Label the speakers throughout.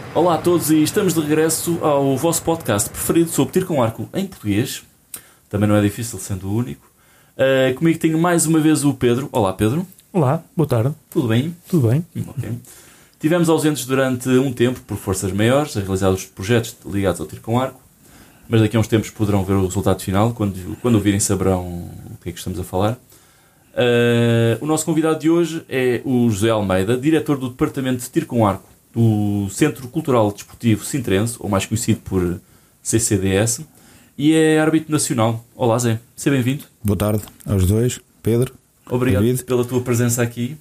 Speaker 1: Olá a todos e estamos de regresso ao vosso podcast preferido sobre tiro com arco em português. Também não é difícil, sendo o único. Comigo tenho mais uma vez o Pedro. Olá, Pedro.
Speaker 2: Olá, boa tarde.
Speaker 1: Tudo bem?
Speaker 2: Tudo bem.
Speaker 1: Ok. Tivemos ausentes durante um tempo por forças maiores a realizar os projetos ligados ao tiro com arco, mas daqui a uns tempos poderão ver o resultado final. Quando ouvirem saberão o que é que estamos a falar. O nosso convidado de hoje é o José Almeida, diretor do Departamento de Tiro com Arco do Centro Cultural Desportivo Sintrense, ou mais conhecido por CCDS, e é árbitro nacional. Olá, Zé. Seja bem-vindo.
Speaker 3: Boa tarde aos dois. Pedro.
Speaker 1: Obrigado
Speaker 3: David.
Speaker 1: pela tua presença aqui.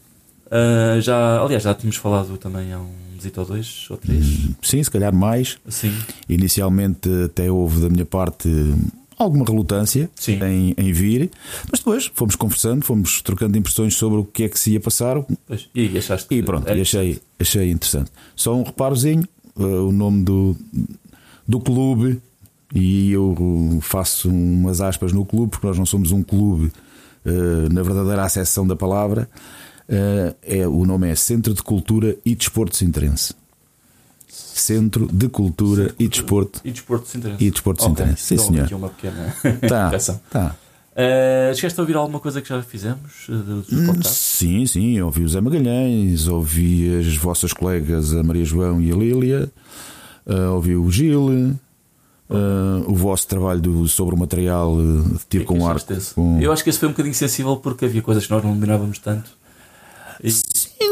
Speaker 1: Já tínhamos falado também há um visito ou dois ou três.
Speaker 3: Sim, se calhar mais.
Speaker 1: Sim.
Speaker 3: Inicialmente até houve da minha parte alguma relutância em vir, mas depois fomos conversando, fomos trocando impressões sobre o que é que se ia passar.
Speaker 1: Pois. E achaste
Speaker 3: e pronto, achei interessante. Só um reparozinho, o nome do clube, e eu faço umas aspas no clube, porque nós não somos um clube na verdadeira acessão da palavra. O nome é Centro de Cultura e Desporto Sintrense. Centro de Cultura e Desporto
Speaker 1: Sintrense.
Speaker 3: E Desporto Sintrense. Sim, senhor.
Speaker 1: Aqui uma pequena
Speaker 3: tá.
Speaker 1: Chegaste a ouvir alguma coisa que já fizemos do podcast?
Speaker 3: Sim, ouvi o Zé Magalhães, ouvi as vossas colegas, a Maria João e a Lília, ouvi o Gil, o vosso trabalho sobre o material de tiro com arco.
Speaker 1: Eu acho que esse foi um bocadinho sensível porque havia coisas que nós não dominávamos tanto.
Speaker 3: Sim,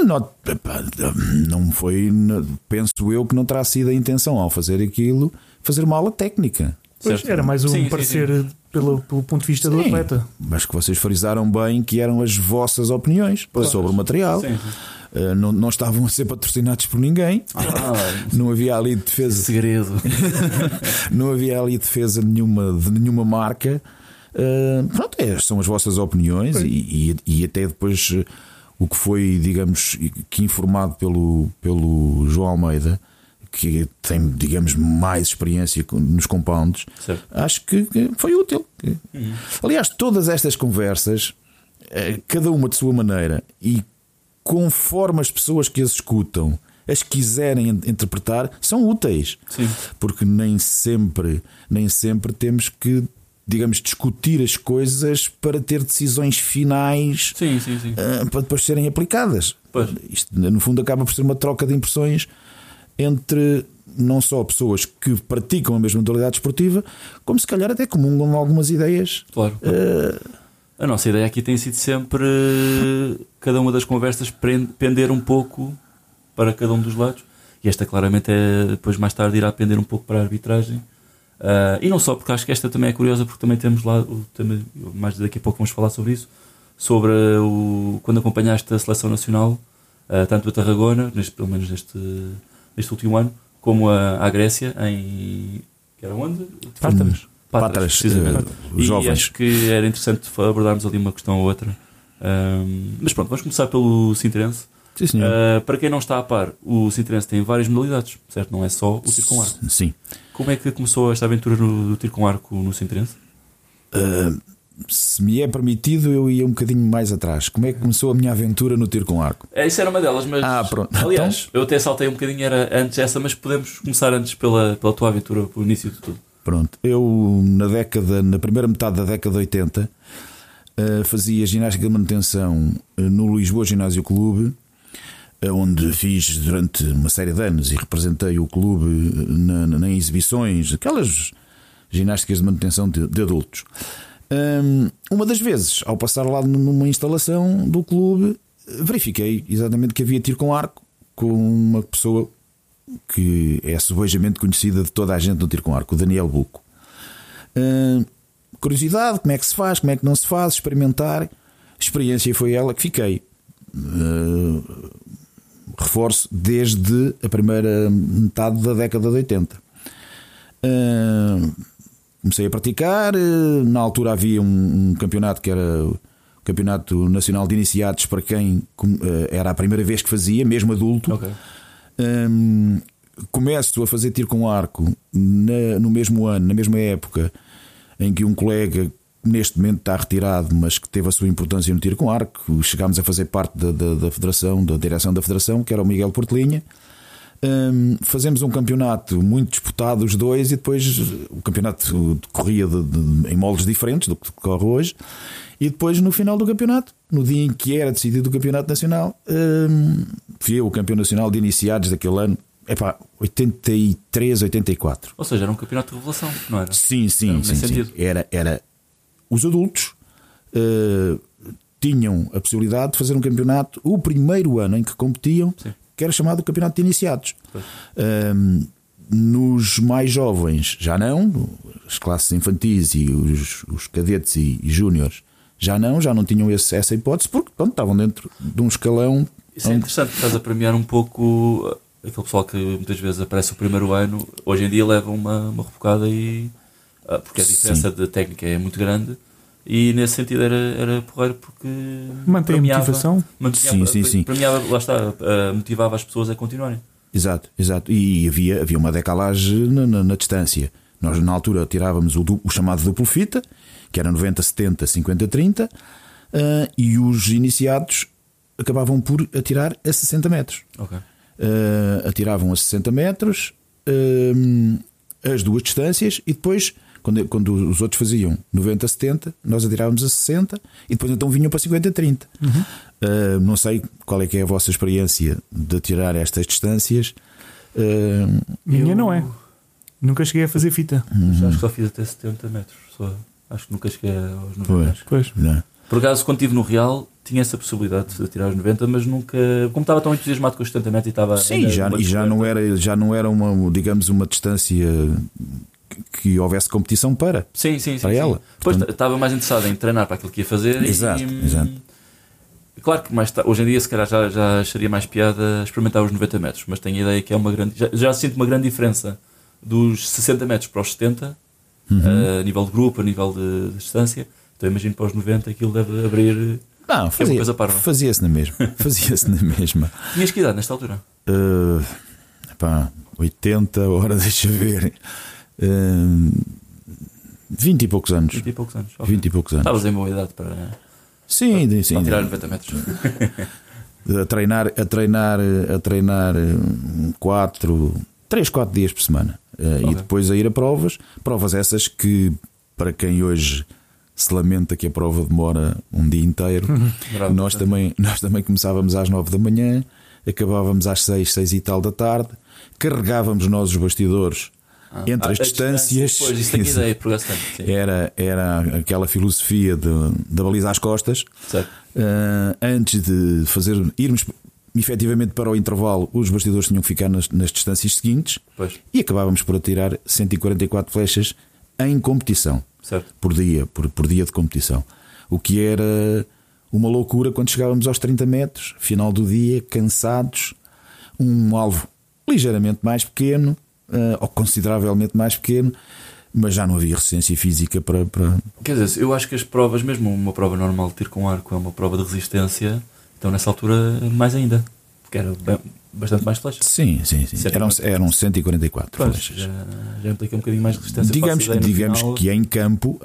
Speaker 3: não foi. Penso eu que não terá sido a intenção ao fazer aquilo, fazer uma aula técnica.
Speaker 2: Pois, era mais parecer pelo ponto de vista do atleta.
Speaker 3: Mas que vocês frisaram bem que eram as vossas opiniões sobre o material. Sim. Não estavam a ser patrocinados por ninguém. Não havia ali defesa.
Speaker 1: Segredo.
Speaker 3: Não havia ali defesa de nenhuma marca. Pronto, são as vossas opiniões e até depois. O que foi, digamos, que informado pelo João Almeida, que tem, digamos, mais experiência nos compounds, certo. Acho que foi útil. Aliás, todas estas conversas, cada uma de sua maneira, e conforme as pessoas que as escutam as quiserem interpretar, são úteis. Sim. Porque nem sempre temos que, digamos, discutir as coisas para ter decisões finais.
Speaker 1: Sim.
Speaker 3: Para depois serem aplicadas. Pois. Isto, no fundo, acaba por ser uma troca de impressões entre não só pessoas que praticam a mesma modalidade desportiva, como se calhar até comungam algumas ideias.
Speaker 1: Claro. A nossa ideia aqui tem sido sempre cada uma das conversas pender um pouco para cada um dos lados, e esta claramente depois mais tarde irá pender um pouco para a arbitragem. E não só, porque acho que esta também é curiosa, porque também temos lá mais daqui a pouco vamos falar sobre isso, sobre quando acompanhaste a seleção nacional, tanto a Tarragona, pelo menos neste último ano, como a Grécia, que era onde? Pátaras, precisamente. Os jovens. Acho que era interessante abordarmos ali uma questão ou outra. Mas pronto, vamos começar pelo Sintrense.
Speaker 3: Sim, senhor.
Speaker 1: Para quem não está a par, o Sintrense tem várias modalidades, certo? Não é só o tiro com arco.
Speaker 3: Sim.
Speaker 1: Como é que começou esta aventura do tiro com arco no Sintrense?
Speaker 3: Se me é permitido, eu ia um bocadinho mais atrás. Como é que começou a minha aventura no tiro com arco?
Speaker 1: Isso era uma delas, mas
Speaker 3: pronto.
Speaker 1: Aliás, eu até saltei um bocadinho, era antes essa, mas podemos começar antes pela tua aventura, pelo início de tudo.
Speaker 3: Pronto, eu na primeira metade da década de 80 fazia ginástica de manutenção no Lisboa Ginásio Clube, onde fiz durante uma série de anos e representei o clube em exibições, aquelas ginásticas de manutenção de adultos. Uma das vezes, ao passar lá numa instalação do clube, verifiquei exatamente que havia tiro com arco com uma pessoa que é subejamente conhecida de toda a gente no tiro com arco, o Daniel Buco. Curiosidade, como é que se faz, como é que não se faz, experimentar. Experiência foi ela que fiquei. Reforço desde a primeira metade da década de 80. Comecei a praticar. Na altura havia um campeonato que era o Campeonato Nacional de Iniciados, para quem era a primeira vez que fazia, mesmo adulto. Okay. Começo a fazer tiro com arco no mesmo ano, na mesma época em que um colega neste momento está retirado, mas que teve a sua importância no tiro com arco. Chegámos a fazer parte da federação, da direção da federação, que era o Miguel Portelinha. Fazemos um campeonato muito disputado, os dois, e depois o campeonato decorria em moldes diferentes do que decorre hoje. E depois, no final do campeonato, no dia em que era decidido o campeonato nacional, fui eu o campeão nacional de iniciados daquele ano. 83, 84.
Speaker 1: Ou seja, era um campeonato de revelação, não era?
Speaker 3: Sim. Era os adultos tinham a possibilidade de fazer um campeonato, o primeiro ano em que competiam, sim, que era chamado Campeonato de Iniciados. Nos mais jovens já não, as classes infantis e os cadetes e júniores já não tinham essa hipótese, porque estavam dentro de um escalão.
Speaker 1: Isso é interessante, estás a premiar um pouco aquele pessoal que muitas vezes aparece o primeiro ano, hoje em dia leva uma rebocada, e porque a diferença de técnica é muito grande, e nesse sentido era porreiro, porque
Speaker 2: mantém a motivação.
Speaker 3: Sim.
Speaker 1: Premiava, lá está, motivava as pessoas a continuarem.
Speaker 3: Exato. E havia uma decalagem na distância. Nós na altura tirávamos o chamado duplo fita, que era 90, 70, 50, 30, e os iniciados acabavam por atirar a 60 metros.
Speaker 1: Ok.
Speaker 3: Atiravam a 60 metros as duas distâncias, e depois, quando os outros faziam 90, 70, nós atirávamos a 60, e depois então vinham para 50, 30. Não sei qual é que é a vossa experiência de atirar estas distâncias.
Speaker 2: Minha não é. Nunca cheguei a fazer fita.
Speaker 1: Acho que só fiz até 70 metros. Acho que nunca cheguei aos 90 metros.
Speaker 2: Pois.
Speaker 1: Por acaso, quando estive no Real, tinha essa possibilidade de atirar aos 90, mas nunca. Como estava tão entusiasmado com os 70 metros e estava.
Speaker 3: Sim, já não era uma, digamos, uma distância que houvesse competição para.
Speaker 1: Sim.
Speaker 3: Para ela.
Speaker 1: Depois estava mais interessado em treinar para aquilo que ia fazer.
Speaker 3: Exato.
Speaker 1: Claro que hoje em dia, se calhar, já acharia mais piada experimentar os 90 metros, mas tenho a ideia que é uma grande. Já sinto uma grande diferença dos 60 metros para os 70, a nível de grupo, a nível de distância. Então imagino para os 90 aquilo deve abrir.
Speaker 3: Não, fazia-se na mesma.
Speaker 1: Tinhas que idade nesta altura?
Speaker 3: 80, ora deixa ver. 20 e poucos anos.
Speaker 1: 20 e poucos anos.
Speaker 3: Okay. 20 e poucos anos.
Speaker 1: Estavas em boa idade para tirar 90 metros.
Speaker 3: A treinar 3, 4 dias por semana. Okay. E depois a ir a provas essas que, para quem hoje se lamenta que a prova demora um dia inteiro, nós também começávamos às 9 da manhã, acabávamos às 6 e tal da tarde, carregávamos nós os bastidores entre as distâncias.
Speaker 1: Pois, isso tenho ideia, por
Speaker 3: era aquela filosofia da baliza às costas. Antes de irmos efetivamente para o intervalo, os bastidores tinham que ficar nas distâncias seguintes.
Speaker 1: Pois.
Speaker 3: E acabávamos por atirar 144 flechas em competição,
Speaker 1: certo,
Speaker 3: por dia de competição, o que era uma loucura quando chegávamos aos 30 metros, final do dia, cansados, um alvo ligeiramente mais pequeno, ou consideravelmente mais pequeno, mas já não havia resistência física para...
Speaker 1: Quer dizer, eu acho que as provas, mesmo uma prova normal de tiro com arco é uma prova de resistência, então nessa altura mais ainda, porque era bastante mais flechas.
Speaker 3: Sim. Eram 144 flechas.
Speaker 1: Já implica um bocadinho mais de resistência.
Speaker 3: Digamos que em campo,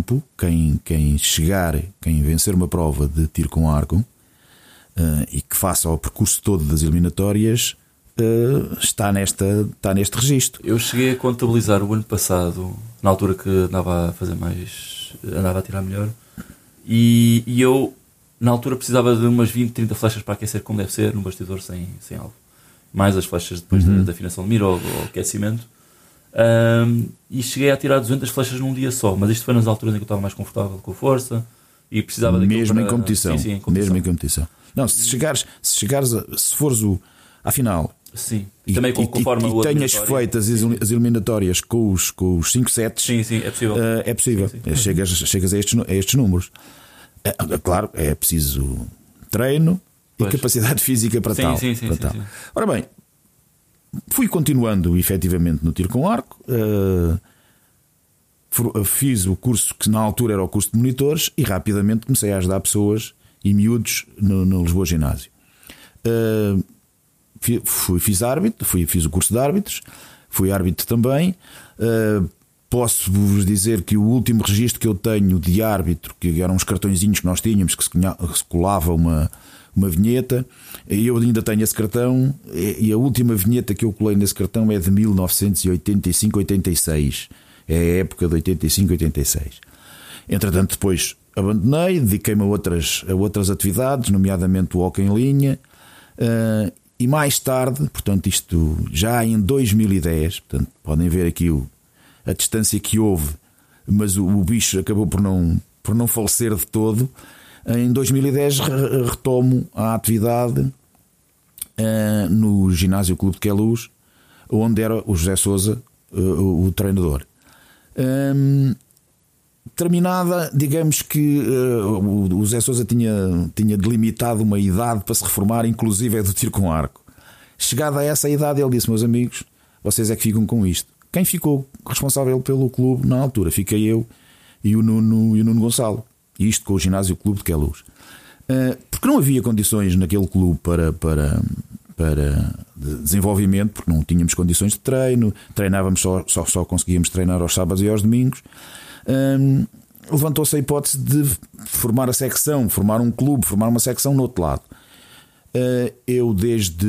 Speaker 3: quem vencer uma prova de tiro com arco e que faça o percurso todo das eliminatórias, está neste registro.
Speaker 1: Eu cheguei a contabilizar o ano passado, na altura que andava a tirar melhor, e eu na altura precisava de umas 20, 30 flechas para aquecer como deve ser, num bastidor sem alvo, mais as flechas depois da afinação de mira ou aquecimento, e cheguei a tirar 200 flechas num dia só, mas isto foi nas alturas em que eu estava mais confortável com a força e precisava daquilo
Speaker 3: mesmo
Speaker 1: para...
Speaker 3: em competição.
Speaker 1: Sim, em competição.
Speaker 3: Mesmo em competição. Não, se fores a final.
Speaker 1: Sim. E também conforme
Speaker 3: e tenhas feito as eliminatórias com os 5 sets.
Speaker 1: Sim, é possível.
Speaker 3: É possível. Sim. Chegas a estes números. Claro, é preciso treino e capacidade física para tal.
Speaker 1: Sim.
Speaker 3: Ora bem, fui continuando efetivamente no tiro com arco. Fiz o curso que na altura era o curso de monitores e rapidamente comecei a ajudar pessoas e miúdos no Lisboa Ginásio. Fiz árbitro, fiz o curso de árbitros, fui árbitro também. Posso-vos dizer que o último registro que eu tenho de árbitro, que eram uns cartõezinhos que nós tínhamos, que se colava uma vinheta, eu ainda tenho esse cartão, e a última vinheta que eu colei nesse cartão é de 1985-86. É a época de 85-86. Entretanto, depois abandonei, dediquei-me a outras atividades, nomeadamente o hóquei em linha, e mais tarde, portanto, isto já em 2010, portanto, podem ver aqui a distância que houve, mas o bicho acabou por não falecer de todo. Em 2010 retomo a atividade no ginásio Clube de Queluz, onde era o José Sousa o treinador. Terminada, digamos que o José Sousa tinha delimitado uma idade para se reformar, inclusive é do tiro com arco. Chegada a essa idade, ele disse: meus amigos, vocês é que ficam com isto. Quem ficou responsável pelo clube na altura? Fiquei eu e o Nuno Gonçalo. Isto com o ginásio Clube de Queluz. Porque não havia condições naquele clube para desenvolvimento, porque não tínhamos condições de treino, treinávamos só conseguíamos treinar aos sábados e aos domingos. Levantou-se a hipótese de formar a secção, formar um clube, formar uma secção no outro lado. Eu desde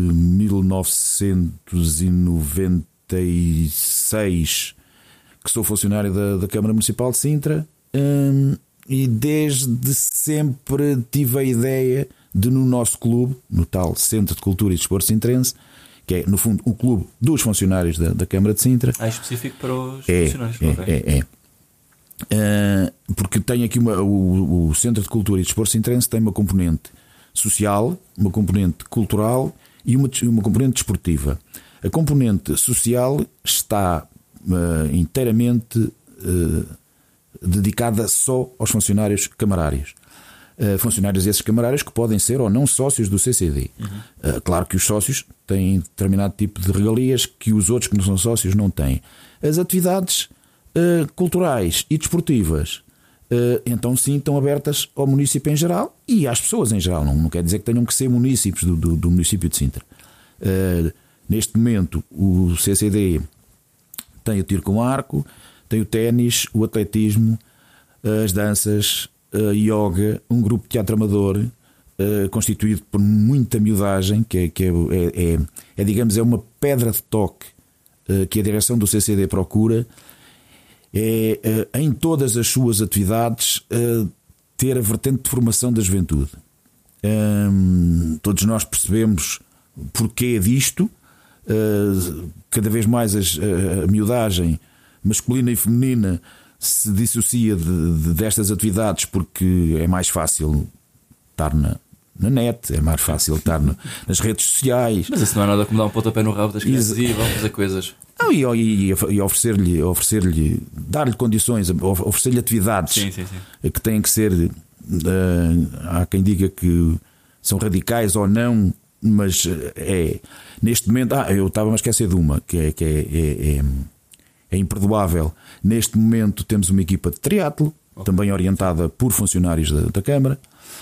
Speaker 3: 1996 que sou funcionário da Câmara Municipal de Sintra, e desde sempre tive a ideia de, no nosso clube, no tal Centro de Cultura e Desporto Sintrense, que é no fundo o clube dos funcionários da Câmara de Sintra.
Speaker 1: É específico para os funcionários?
Speaker 3: Porque tem aqui o Centro de Cultura e Desporto Sintrense tem uma componente social, uma componente cultural e uma componente desportiva. A componente social está inteiramente dedicada só aos funcionários camarários. Funcionários esses camarários que podem ser ou não sócios do CCD. Claro que os sócios têm determinado tipo de regalias que os outros que não são sócios não têm. As atividades culturais e desportivas, então sim, estão abertas ao município em geral e às pessoas em geral. Não quer dizer que tenham que ser municípios do município de Sintra. Neste momento o CCD tem o tiro com arco, tem o ténis, o atletismo, as danças, a yoga, um grupo de teatro amador constituído por muita miudagem, que é digamos, é uma pedra de toque que a direção do CCD procura, em todas as suas atividades ter a vertente de formação da juventude. Todos nós percebemos porquê disto. Cada vez mais a miudagem masculina e feminina se dissocia destas atividades, porque é mais fácil estar na net, é mais fácil estar nas redes sociais.
Speaker 1: Mas isso não é nada como dar um pontapé no rabo das crianças e vão fazer coisas.
Speaker 3: Não, e oferecer-lhe, dar-lhe condições, oferecer-lhe atividades
Speaker 1: sim.
Speaker 3: que têm que ser. Há quem diga que são radicais ou não, mas neste momento. Eu estava a esquecer de uma que é imperdoável. Neste momento temos uma equipa de triatlo, também orientada por funcionários da Câmara.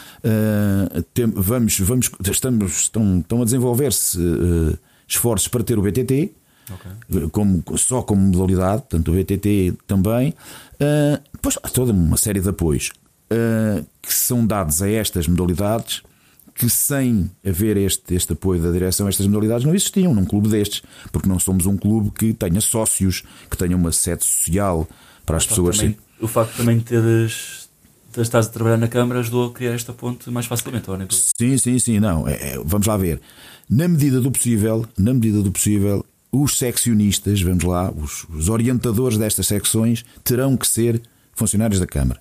Speaker 3: Estão a desenvolver-se esforços para ter o BTT, só como modalidade, portanto o BTT também. Depois há toda uma série de apoios que são dados a estas modalidades, que sem haver este apoio da direção a estas modalidades não existiam num clube destes, porque não somos um clube que tenha sócios, que tenha uma sede social para as pessoas.
Speaker 1: O facto também de estás a trabalhar na Câmara ajudou a criar esta ponte mais facilmente, ou nem tudo?
Speaker 3: Sim, não. Vamos lá ver. Na medida do possível, os seccionistas, vamos lá, os orientadores destas secções terão que ser funcionários da Câmara.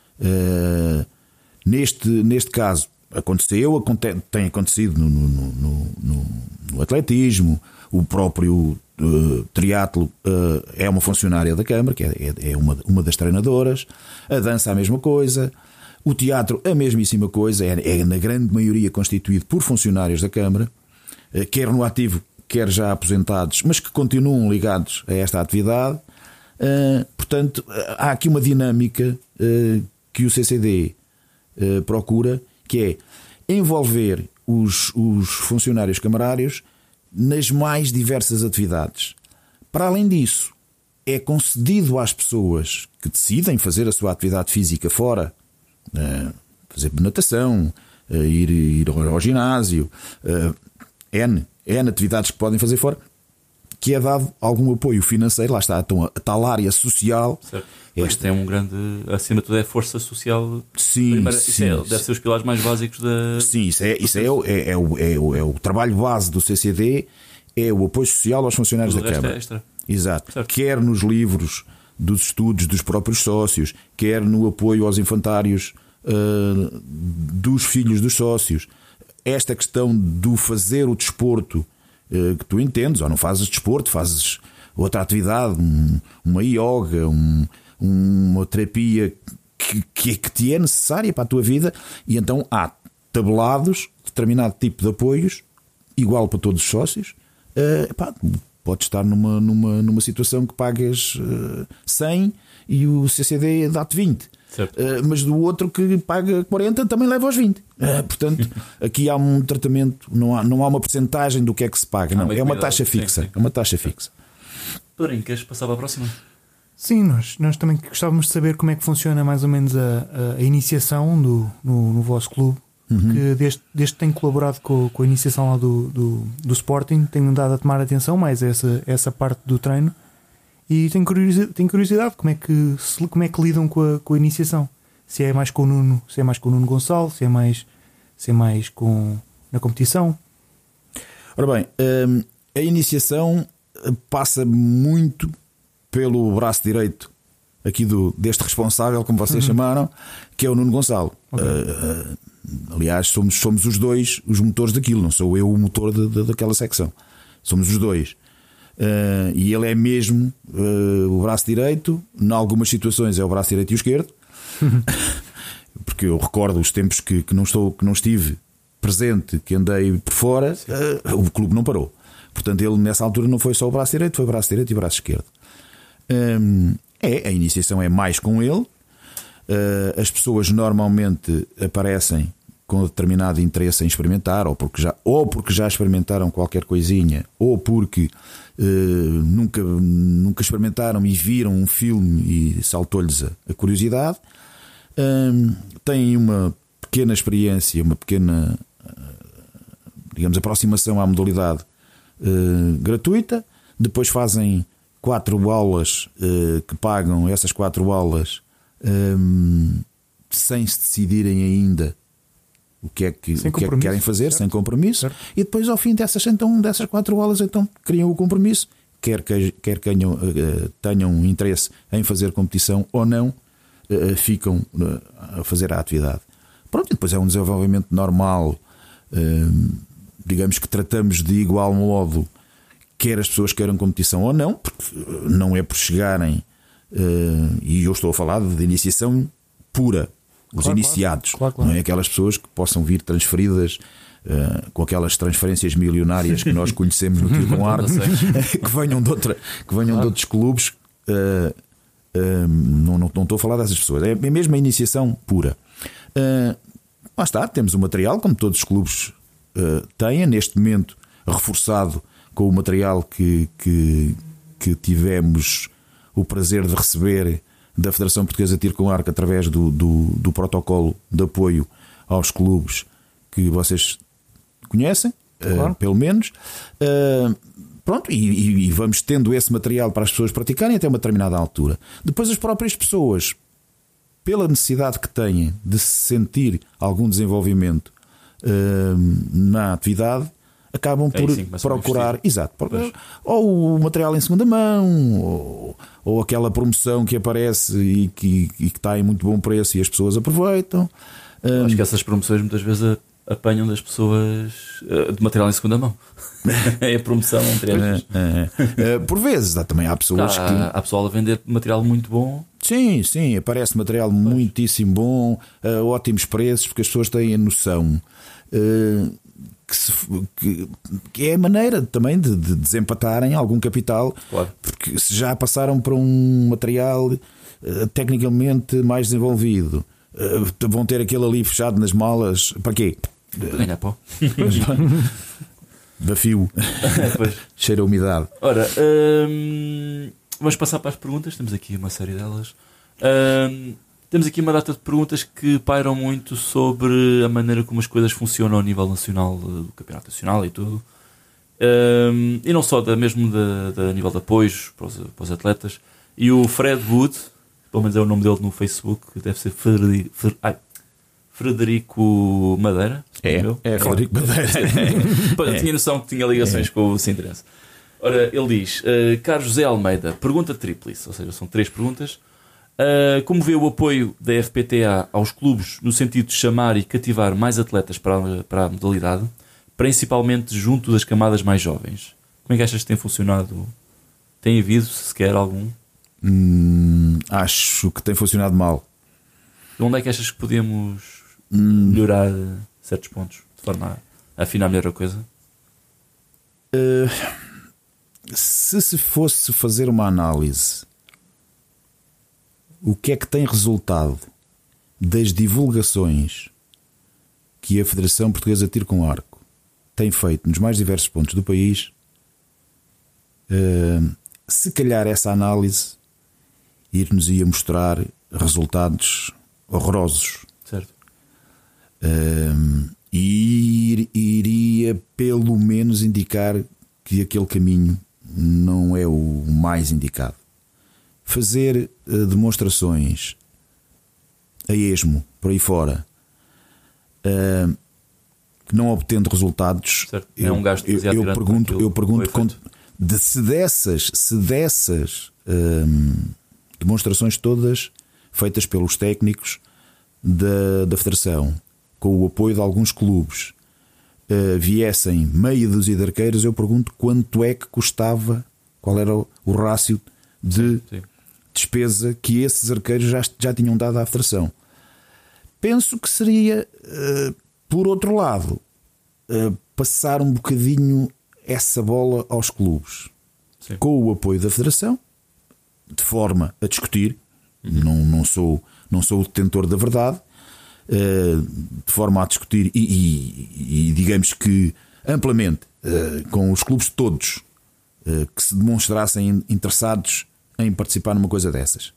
Speaker 3: Neste caso tem acontecido no atletismo, o próprio triatlo é uma funcionária da Câmara, que é uma das treinadoras, a dança a mesma coisa, o teatro a mesmíssima coisa, é na grande maioria constituído por funcionários da Câmara, quer no ativo, quer já aposentados, mas que continuam ligados a esta atividade. Portanto, há aqui uma dinâmica que o CCD procura, que é envolver os funcionários camarários nas mais diversas atividades. Para além disso, é concedido às pessoas que decidem fazer a sua atividade física fora, fazer natação, ir ao ginásio, N atividades que podem fazer fora, que é dado algum apoio financeiro. Lá está, então, a tal área social.
Speaker 1: Este é um grande, acima de tudo, é a força social.
Speaker 3: Sim,
Speaker 1: deve ser os pilares mais básicos da.
Speaker 3: Sim, isso é o trabalho base do CCD, é o apoio social aos funcionários da Câmara. Exato. Certo. Quer nos livros dos estudos dos próprios sócios, quer no apoio aos infantários dos filhos dos sócios. Esta questão do fazer o desporto, que tu entendes, ou não fazes desporto, fazes outra atividade, uma yoga, uma terapia que te é necessária para a tua vida, e então há tabelados, determinado tipo de apoios, igual para todos os sócios. Podes estar numa situação que pagas 100 e o CCD dá-te 20. Mas do outro que paga 40 também leva aos 20. Portanto, aqui há um tratamento, não há uma porcentagem do que é que se paga, não, é uma taxa fixa. Sim. É uma taxa fixa.
Speaker 1: Pedrinho, queres passar para a próxima?
Speaker 2: Sim, nós também gostávamos de saber como é que funciona mais ou menos a iniciação no vosso clube. Que desde que tenho colaborado com a iniciação lá do Sporting, tenho dado a tomar atenção mais a essa parte do treino. E tenho curiosidade como é que lidam com a iniciação. Se é mais com o Nuno, Gonçalo, se é mais na competição.
Speaker 3: Ora bem, a iniciação passa muito pelo braço direito aqui deste responsável, como vocês chamaram, que é o Nuno Gonçalo. Okay. Aliás, somos os dois os motores daquilo, não sou eu o motor daquela secção. Somos os dois. E ele é mesmo o braço direito. Em algumas situações é o braço direito e o esquerdo. Porque eu recordo os tempos que não estive presente, que andei por fora, o clube não parou. Portanto, ele nessa altura não foi só o braço direito, foi o braço direito e o braço esquerdo. A iniciação é mais com ele. As pessoas normalmente aparecem com determinado interesse em experimentar, ou porque já experimentaram qualquer coisinha, ou porque nunca experimentaram e viram um filme e saltou-lhes a curiosidade. Têm uma pequena experiência, uma pequena, digamos, aproximação à modalidade gratuita. Depois fazem 4 aulas que pagam essas 4 aulas sem se decidirem ainda o que é que querem fazer, sem compromisso. Certo. E depois, ao fim dessas 4 aulas, então criam o compromisso, quer tenham interesse em fazer competição ou não, ficam a fazer a atividade. Pronto, e depois é um desenvolvimento normal, digamos que tratamos de igual modo, quer as pessoas queiram competição ou não, porque não é por chegarem, e eu estou a falar de iniciação pura, os iniciados, claro. Não é aquelas pessoas que possam vir transferidas com aquelas transferências milionárias que nós conhecemos no tiro com arco, que venham de outros clubes. Não estou a falar dessas pessoas, é mesmo a iniciação pura. Lá está, temos o material, como todos os clubes têm, neste momento reforçado com o material que tivemos o prazer de receber da Federação Portuguesa de Tiro com Arco através do protocolo de apoio aos clubes que vocês conhecem, claro. Pelo menos. Pronto, e vamos tendo esse material para as pessoas praticarem até uma determinada altura. Depois as próprias pessoas, pela necessidade que têm de se sentir algum desenvolvimento na atividade, acabam por procurar, ou o material em segunda mão, ou aquela promoção que aparece e que está em muito bom preço e as pessoas aproveitam.
Speaker 1: Acho que essas promoções muitas vezes apanham das pessoas de material em segunda mão. É a promoção entre eles.
Speaker 3: Por vezes, também há pessoas que.
Speaker 1: Há pessoal a vender material muito bom.
Speaker 3: Sim, aparece material muitíssimo bom, ótimos preços, porque as pessoas têm a noção que é a maneira também de desempatarem algum capital, claro. Porque se já passaram para um material tecnicamente mais desenvolvido, vão ter aquele ali fechado nas malas para quê?
Speaker 1: Ganhar pó.
Speaker 3: Da fio. Cheira a umidade.
Speaker 1: Ora, vamos passar para as perguntas. Temos aqui uma série delas. Temos aqui uma data de perguntas que pairam muito sobre a maneira como as coisas funcionam ao nível nacional, do campeonato nacional e tudo. E não só, mesmo da nível de apoios para os atletas. E o Fred Wood, pelo menos é o nome dele no Facebook, deve ser Frederico Madeira.
Speaker 3: É Frederico Madeira.
Speaker 1: Eu tinha noção que tinha ligações com o Sintrense. Ora, ele diz: Carlos José Almeida, pergunta tríplice, ou seja, são 3 perguntas. Como vê o apoio da FPTA aos clubes no sentido de chamar e cativar mais atletas para a modalidade, principalmente junto das camadas mais jovens? Como é que achas que tem funcionado? Tem havido sequer algum?
Speaker 3: Acho que tem funcionado mal.
Speaker 1: Onde é que achas que podemos melhorar certos pontos de forma a afinar melhor a coisa?
Speaker 3: Se fosse fazer uma análise, o que é que tem resultado das divulgações que a Federação Portuguesa de Tiro com Arco tem feito nos mais diversos pontos do país, se calhar essa análise ir-nos-ia mostrar resultados horrorosos.
Speaker 1: Certo.
Speaker 3: E iria pelo menos indicar que aquele caminho não é o mais indicado. Fazer demonstrações a esmo, por aí fora, que não obtendo resultados,
Speaker 1: certo. É um gasto
Speaker 3: eu pergunto se dessas demonstrações todas feitas pelos técnicos da Federação, com o apoio de alguns clubes, viessem meia dúzia de arqueiros, eu pergunto quanto é que custava, qual era o rácio de despesa que esses arqueiros já tinham dado à Federação. Penso que seria, por outro lado, passar um bocadinho essa bola aos clubes. Sim. Com o apoio da Federação, de forma a discutir. Não sou o detentor da verdade, de forma a discutir e digamos que amplamente com os clubes todos que se demonstrassem interessados em participar numa coisa dessas,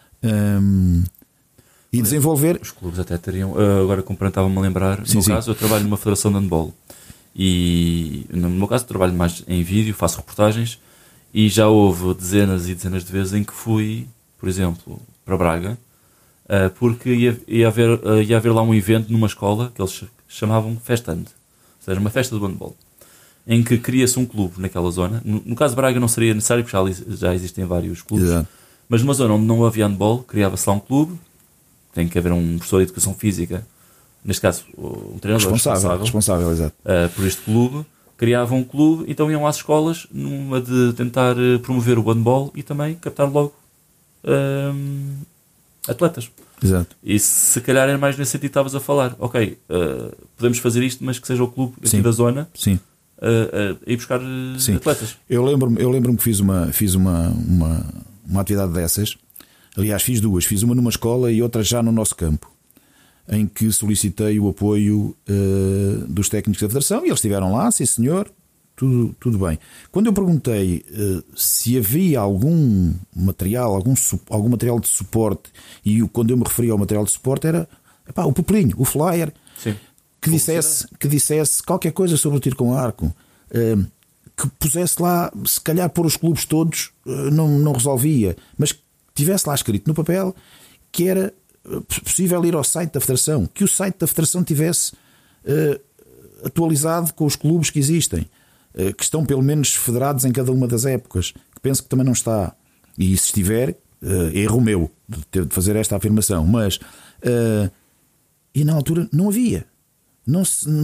Speaker 3: e desenvolver.
Speaker 1: Os clubes até teriam, agora como estava-me a lembrar, no meu caso eu trabalho numa federação de handball e no meu caso trabalho mais em vídeo, faço reportagens, e já houve dezenas e dezenas de vezes em que fui, por exemplo, para Braga, porque ia haver lá um evento numa escola que eles chamavam Festand, ou seja, uma festa do handball, em que cria-se um clube naquela zona. No caso de Braga não seria necessário, porque já existem vários clubes. Exato. Mas numa zona onde não havia handball, criava-se lá um clube, tem que haver um professor de educação física, neste caso um treinador responsável exato. Por este clube. Criavam um clube, então iam às escolas numa de tentar promover o handball e também captar logo atletas.
Speaker 3: Exato.
Speaker 1: E se calhar era mais nesse sentido que estavas a falar. Ok, podemos fazer isto, mas que seja o clube aqui da zona a ir buscar atletas.
Speaker 3: Eu lembro-me que fiz uma atividade dessas. Aliás, fiz duas. Fiz uma numa escola e outra já no nosso campo, em que solicitei o apoio dos técnicos da Federação, e eles estiveram lá, sim senhor, tudo bem. Quando eu perguntei se havia algum material, algum material de suporte, e quando eu me referia ao material de suporte era o papelinho, o flyer, que dissesse qualquer coisa sobre o tiro com arco, que pusesse lá, se calhar pôr os clubes todos não resolvia, mas que tivesse lá escrito no papel que era possível ir ao site da Federação, que o site da Federação tivesse atualizado com os clubes que existem, que estão pelo menos federados em cada uma das épocas, que penso que também não está, e se estiver, erro meu de ter de fazer esta afirmação, mas e na altura não havia, não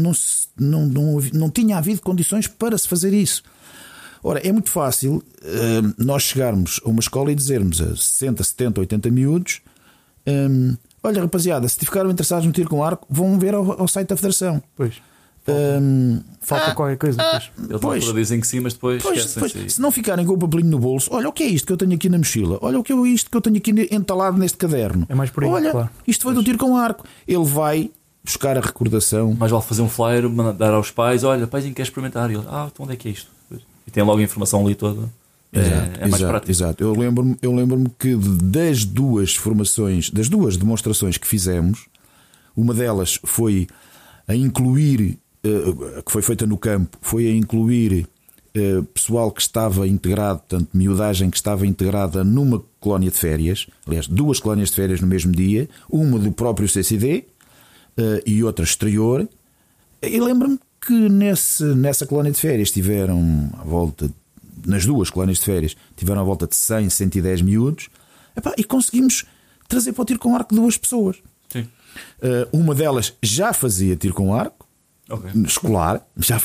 Speaker 3: tinha havido condições para se fazer isso. Ora, é muito fácil nós chegarmos a uma escola e dizermos a 60, 70, 80 miúdos: olha, rapaziada, se ficaram interessados no tiro com arco, vão ver ao site da Federação.
Speaker 2: Pois. Falta qualquer coisa.
Speaker 1: Eles dizem que sim, mas depois esquecem.
Speaker 3: Se não ficarem com o papelinho no bolso, olha o que é isto que eu tenho aqui na mochila, olha o que é isto que eu tenho aqui entalado neste caderno.
Speaker 2: É mais por aí,
Speaker 3: olha,
Speaker 2: claro.
Speaker 3: Isto foi do tiro com arco. Ele vai buscar a recordação.
Speaker 1: Mais vale fazer um flyer, mandar aos pais: olha, paizinho, quer experimentar? E ele: então onde é que é isto? E tem logo a informação ali toda É mais prático.
Speaker 3: Exato. Eu lembro-me que das duas demonstrações que fizemos, uma delas foi a incluir, que foi feita no campo, foi a incluir pessoal que estava integrado, portanto, miudagem que estava integrada numa colónia de férias, aliás, 2 colónias de férias no mesmo dia, uma do próprio CCD e outra exterior. E lembro-me que nessa colónia de férias tiveram à volta, nas 2 colónias de férias, tiveram à volta de 100, 110 miúdos. E conseguimos trazer para o tiro com arco 2 pessoas.
Speaker 1: Sim.
Speaker 3: Uma delas já fazia tiro com arco escolar,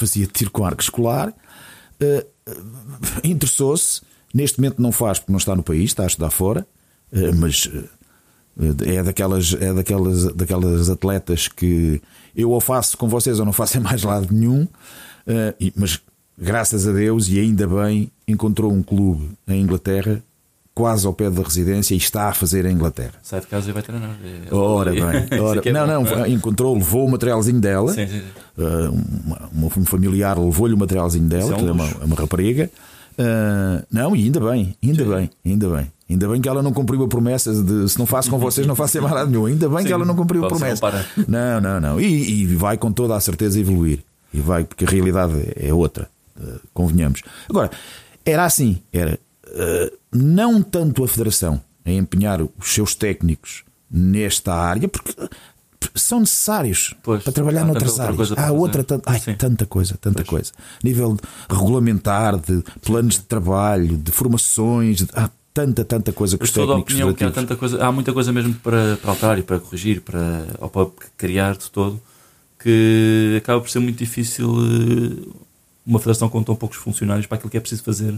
Speaker 3: interessou-se. Neste momento não faz porque não está no país, está a estudar fora, mas é daquelas atletas que eu ou faço com vocês ou não faço em mais lado nenhum, mas graças a Deus e ainda bem encontrou um clube em Inglaterra quase ao pé da residência e está a fazer em Inglaterra.
Speaker 1: Sai de casa e vai treinar.
Speaker 3: Ora bem, encontrou, levou o materialzinho dela.
Speaker 1: Sim.
Speaker 3: Um familiar levou-lhe o materialzinho dela, que é uma rapariga. E ainda bem que ela não cumpriu a promessa de se não faço com vocês, não faço em mais lado nenhum. Ainda bem que ela não cumpriu a promessa. Não. E vai com toda a certeza evoluir. E vai, porque a realidade é outra, convenhamos. Agora, era assim, não tanto a Federação a empenhar os seus técnicos nesta área, porque são necessários para trabalhar noutras áreas. Tanta coisa. Nível regulamentar, de planos de trabalho, de formações, há tanta coisa que os técnicos
Speaker 1: opinião que há muita coisa mesmo para alterar e para corrigir, ou para criar de todo, que acaba por ser muito difícil uma federação com tão poucos funcionários para aquilo que é preciso fazer.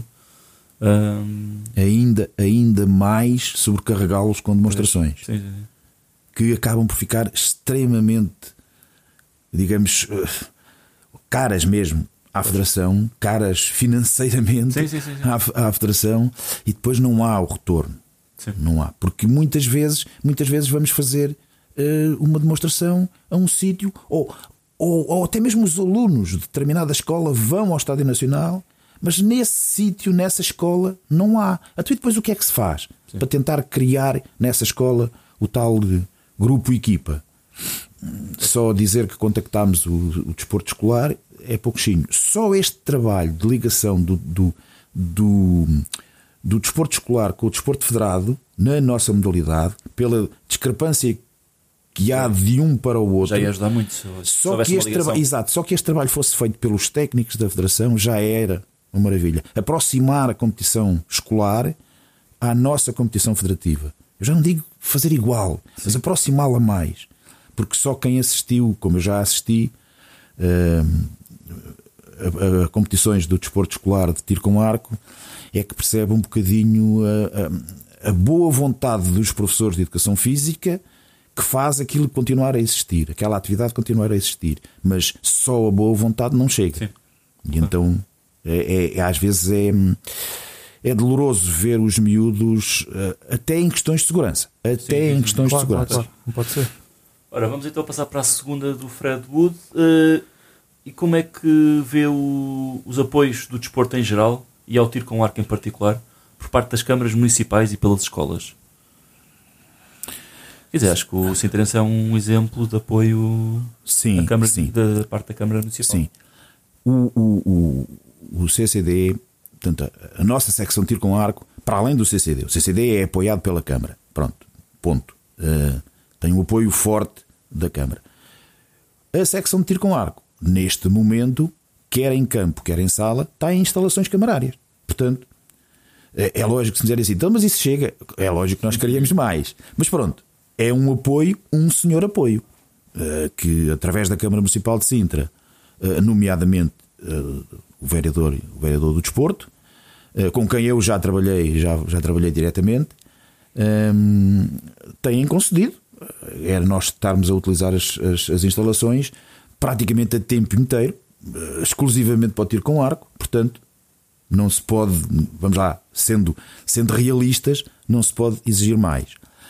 Speaker 3: Ainda mais sobrecarregá-los com demonstrações.
Speaker 1: Sim.
Speaker 3: Que acabam por ficar extremamente, digamos, caras mesmo à Federação, caras financeiramente à Federação, e depois não há o retorno.
Speaker 1: Sim.
Speaker 3: Não há, porque muitas vezes vamos fazer uma demonstração a um sítio, ou até mesmo os alunos de determinada escola vão ao Estádio Nacional, mas nesse sítio, nessa escola, não há. E depois o que é que se faz para tentar criar nessa escola o tal grupo equipa? Só dizer que contactámos o desporto escolar é pouquinho. Só este trabalho de ligação do desporto escolar com o desporto federado na nossa modalidade, pela discrepância que há de um para o outro,
Speaker 1: já ia ajudar muito.
Speaker 3: Só que este trabalho fosse feito pelos técnicos da Federação já era uma maravilha. Aproximar a competição escolar à nossa competição federativa. Eu já não digo fazer igual, mas aproximá-la mais. Porque só quem assistiu, como eu já assisti, a competições do desporto escolar de tiro com arco, é que percebe um bocadinho a boa vontade dos professores de educação física, que faz aquilo continuar a existir, aquela atividade continuar a existir. Mas só a boa vontade não chega.
Speaker 1: Sim.
Speaker 3: E então às vezes é doloroso ver os miúdos até em questões de segurança.
Speaker 2: Claro, não pode ser.
Speaker 1: Ora, vamos então passar para a segunda do Fred Wood. E como é que vê os apoios do desporto em geral e ao tiro com arco em particular por parte das câmaras municipais e pelas escolas? Quer dizer, acho que o Sintrense é um exemplo de apoio da parte da Câmara Municipal.
Speaker 3: Sim. O CCD, portanto, a nossa secção de tiro com arco, para além do CCD, o CCD é apoiado pela Câmara. Pronto, ponto. Tem um apoio forte da Câmara. A secção de tiro com arco, neste momento, quer em campo, quer em sala, está em instalações camarárias. Portanto, é lógico que se me disserem assim, então, mas isso chega. É lógico que nós queríamos mais. Mas pronto, é um apoio, um senhor apoio, que através da Câmara Municipal de Sintra, nomeadamente o vereador do desporto, com quem eu já trabalhei diretamente, têm concedido. Era nós estarmos a utilizar as instalações praticamente a tempo inteiro, exclusivamente para o tiro com arco. Portanto, não se pode, vamos lá, sendo realistas, não se pode exigir mais.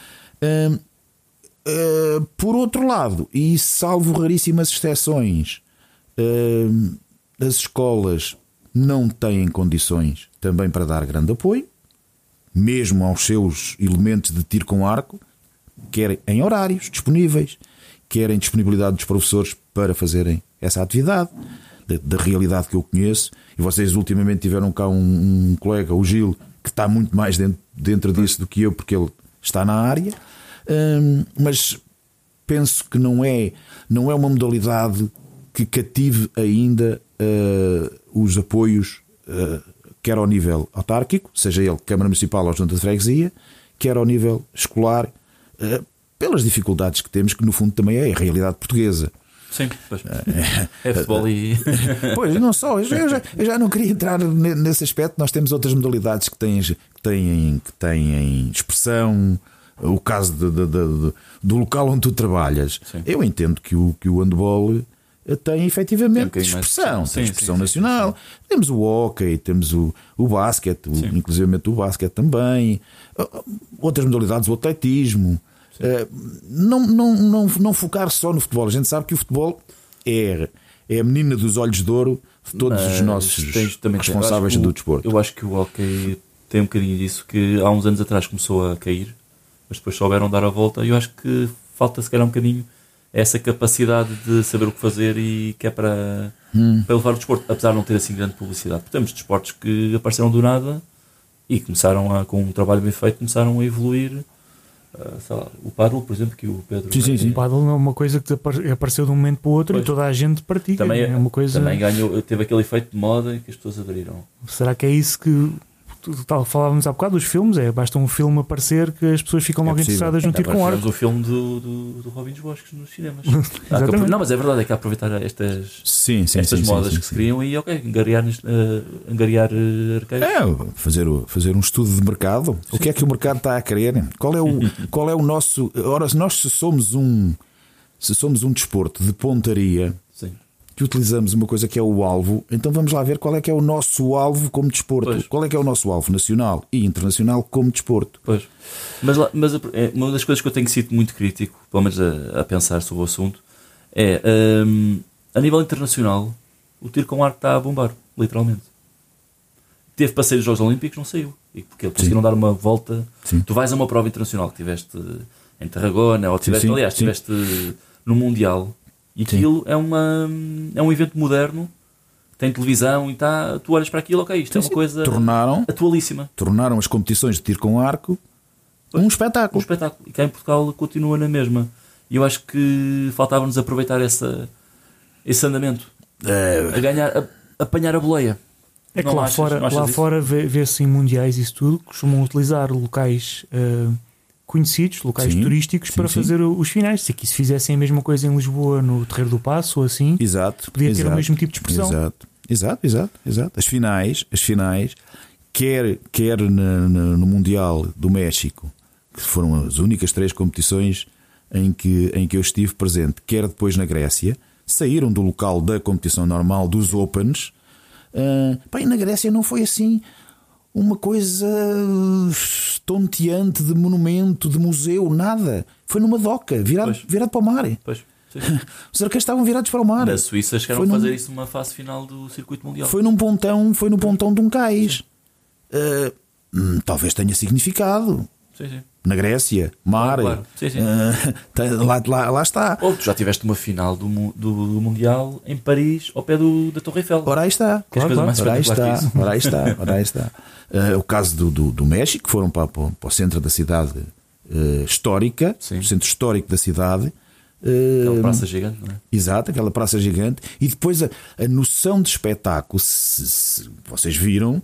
Speaker 3: Por outro lado, e salvo raríssimas exceções, as escolas não têm condições também para dar grande apoio, mesmo aos seus elementos de tiro com arco, quer em horários disponíveis, quer em disponibilidade dos professores para fazerem essa atividade, da realidade que eu conheço. E vocês ultimamente tiveram cá um colega, o Gil, que está muito mais dentro disso do que eu, porque ele está na área, mas penso que não é uma modalidade que cative ainda os apoios, quer ao nível autárquico, seja ele Câmara Municipal ou Junta de Freguesia, quer ao nível escolar, pelas dificuldades que temos, que no fundo também é a realidade portuguesa.
Speaker 1: Sim, pois. É futebol e.
Speaker 3: Pois, não só, eu já não queria entrar nesse aspecto. Nós temos outras modalidades que têm expressão. O caso do local onde tu trabalhas. Sim. Eu entendo que o handball tem efetivamente expressão, tem expressão nacional. Sim. Temos o hóquei, temos o basquete, inclusive o basquete também, outras modalidades, o atletismo. Não focar só no futebol. A gente sabe que o futebol é a menina dos olhos de ouro de todos os nossos responsáveis do desporto.
Speaker 1: Eu acho que o hóquei tem um bocadinho disso, que há uns anos atrás começou a cair, mas depois souberam dar a volta, e eu acho que falta se calhar um bocadinho essa capacidade de saber o que fazer, e que é para levar o desporto, apesar de não ter assim grande publicidade. Porque temos desportos que apareceram do nada e começaram com um trabalho bem feito, começaram a evoluir. Sei lá, o paddle, por exemplo, que o Pedro...
Speaker 2: Sim. O paddle não é uma coisa que apareceu de um momento para o outro, pois. E toda a gente pratica.
Speaker 1: Também,
Speaker 2: é uma coisa...
Speaker 1: também teve aquele efeito de moda e que as pessoas aderiram.
Speaker 2: Será que é isso que falávamos há bocado dos filmes? Basta um filme aparecer que as pessoas ficam logo interessadas no tiro com arco.
Speaker 1: Temos o filme do Robin dos Bosques nos cinemas. Não, mas é verdade, é que há que aproveitar estas modas que se criam e angariar arqueiros.
Speaker 3: Fazer um estudo de mercado. Sim. O que é que o mercado está a querer? Qual é o nosso... Ora, nós se somos um desporto de pontaria, sim, que utilizamos uma coisa que é o alvo, então vamos lá ver qual é que é o nosso alvo como desporto. Pois. Qual é que é o nosso alvo nacional e internacional como desporto.
Speaker 1: Pois. Mas uma das coisas que eu tenho sido muito crítico, pelo menos a pensar sobre o assunto, é a nível internacional o tiro com arco está a bombar, literalmente. Teve para sair os Jogos Olímpicos, não saiu, e porque eles conseguiram dar uma volta. Sim. Tu vais a uma prova internacional que tiveste em Tarragona, ou tiveste no Mundial. E aquilo é um evento moderno, tem televisão e tu olhas para aquilo, ok, isto é uma coisa atualíssima. Tornaram
Speaker 3: as competições de tiro com arco um espetáculo.
Speaker 1: E cá em Portugal continua na mesma. E eu acho que faltava-nos aproveitar esse andamento. Apanhar a boleia.
Speaker 2: É que lá fora vê-se em mundiais isso tudo, costumam utilizar locais... conhecidos, locais turísticos para fazer os finais. Se aqui se fizessem a mesma coisa em Lisboa, no Terreiro do Paço ou assim, podia ter o mesmo tipo de expressão.
Speaker 3: Exato. As finais, quer no Mundial do México, que foram as únicas 3 competições em que eu estive presente, quer depois na Grécia, saíram do local da competição normal dos Opens. E na Grécia não foi assim uma coisa estonteante de monumento, de museu, nada. Foi numa doca, virado para o mar.
Speaker 1: Pois.
Speaker 3: Os arqueiros estavam virados para o mar.
Speaker 1: Na Suíça chegaram a fazer isso numa fase final do circuito mundial.
Speaker 3: Foi num pontão de um cais. Talvez tenha significado.
Speaker 1: Sim.
Speaker 3: Na Grécia, mar.
Speaker 1: Claro. Sim.
Speaker 3: Lá está.
Speaker 1: Tu já tiveste uma final do Mundial em Paris, ao pé da Torre Eiffel.
Speaker 3: Ora aí está. Ora aí está. O caso do México, foram para o centro da cidade histórica, o centro histórico da cidade.
Speaker 1: Aquela praça gigante, não é?
Speaker 3: Exato, aquela praça gigante. E depois a noção de espetáculo, se vocês viram,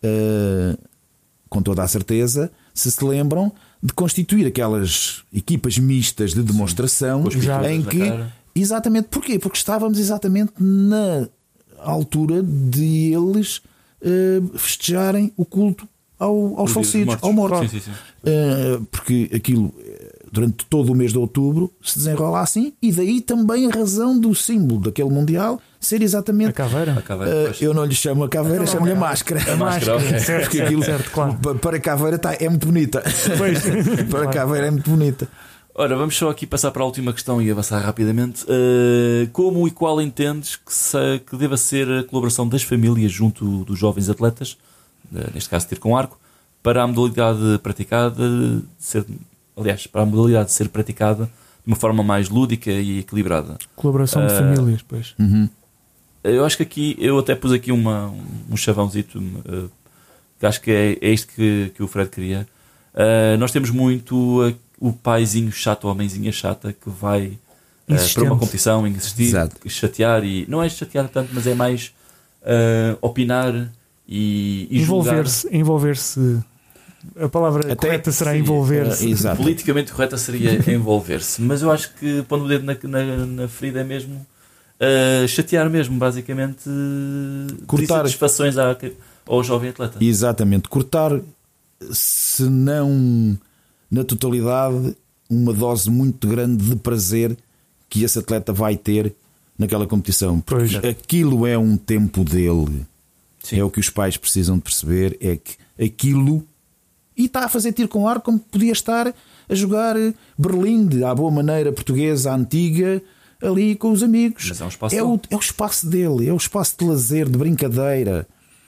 Speaker 3: com toda a certeza, se lembram de constituir aquelas equipas mistas de demonstração, em que... Exatamente. Porquê? Porque estávamos exatamente na altura de eles festejarem o culto aos falecidos, ao morto.
Speaker 1: Sim.
Speaker 3: Porque aquilo, durante todo o mês de outubro, se desenrola assim, e daí também a razão do símbolo daquele Mundial ser exatamente
Speaker 2: a caveira.
Speaker 3: Eu não lhe chamo a caveira, chamo-lhe a máscara.
Speaker 1: A máscara, okay.
Speaker 3: Porque aquilo,
Speaker 2: certo, claro.
Speaker 3: Para a caveira é muito bonita.
Speaker 2: Pois.
Speaker 3: Para a caveira é muito bonita.
Speaker 1: Ora, vamos só aqui passar para a última questão e avançar rapidamente. Como e qual entendes que deva ser a colaboração das famílias junto dos jovens atletas, neste caso tiro com arco, para a modalidade praticada para a modalidade ser praticada de uma forma mais lúdica e equilibrada?
Speaker 2: Colaboração de famílias, pois.
Speaker 1: Eu acho que aqui, eu até pus aqui um chavãozito, que acho que é isto que o Fred queria. Nós temos muito o paizinho chato ou a mãezinha chata que vai para uma competição insistir, chatear, e não é chatear tanto, mas é mais opinar e
Speaker 2: envolver-se. A palavra correta será envolver-se.
Speaker 1: Politicamente correta seria envolver-se, mas eu acho que pondo o dedo na ferida é mesmo chatear mesmo, basicamente, cortar satisfações ao jovem atleta.
Speaker 3: Exatamente, cortar, se não na totalidade, uma dose muito grande de prazer que esse atleta vai ter naquela competição. Porque aquilo é um tempo dele. Sim. É o que os pais precisam de perceber, é que aquilo, e está a fazer tiro com arco como podia estar a jogar berlinde à boa maneira portuguesa, antiga, ali com os amigos.
Speaker 1: Mas é um espaço
Speaker 3: é o espaço dele, é o espaço de lazer, de brincadeira.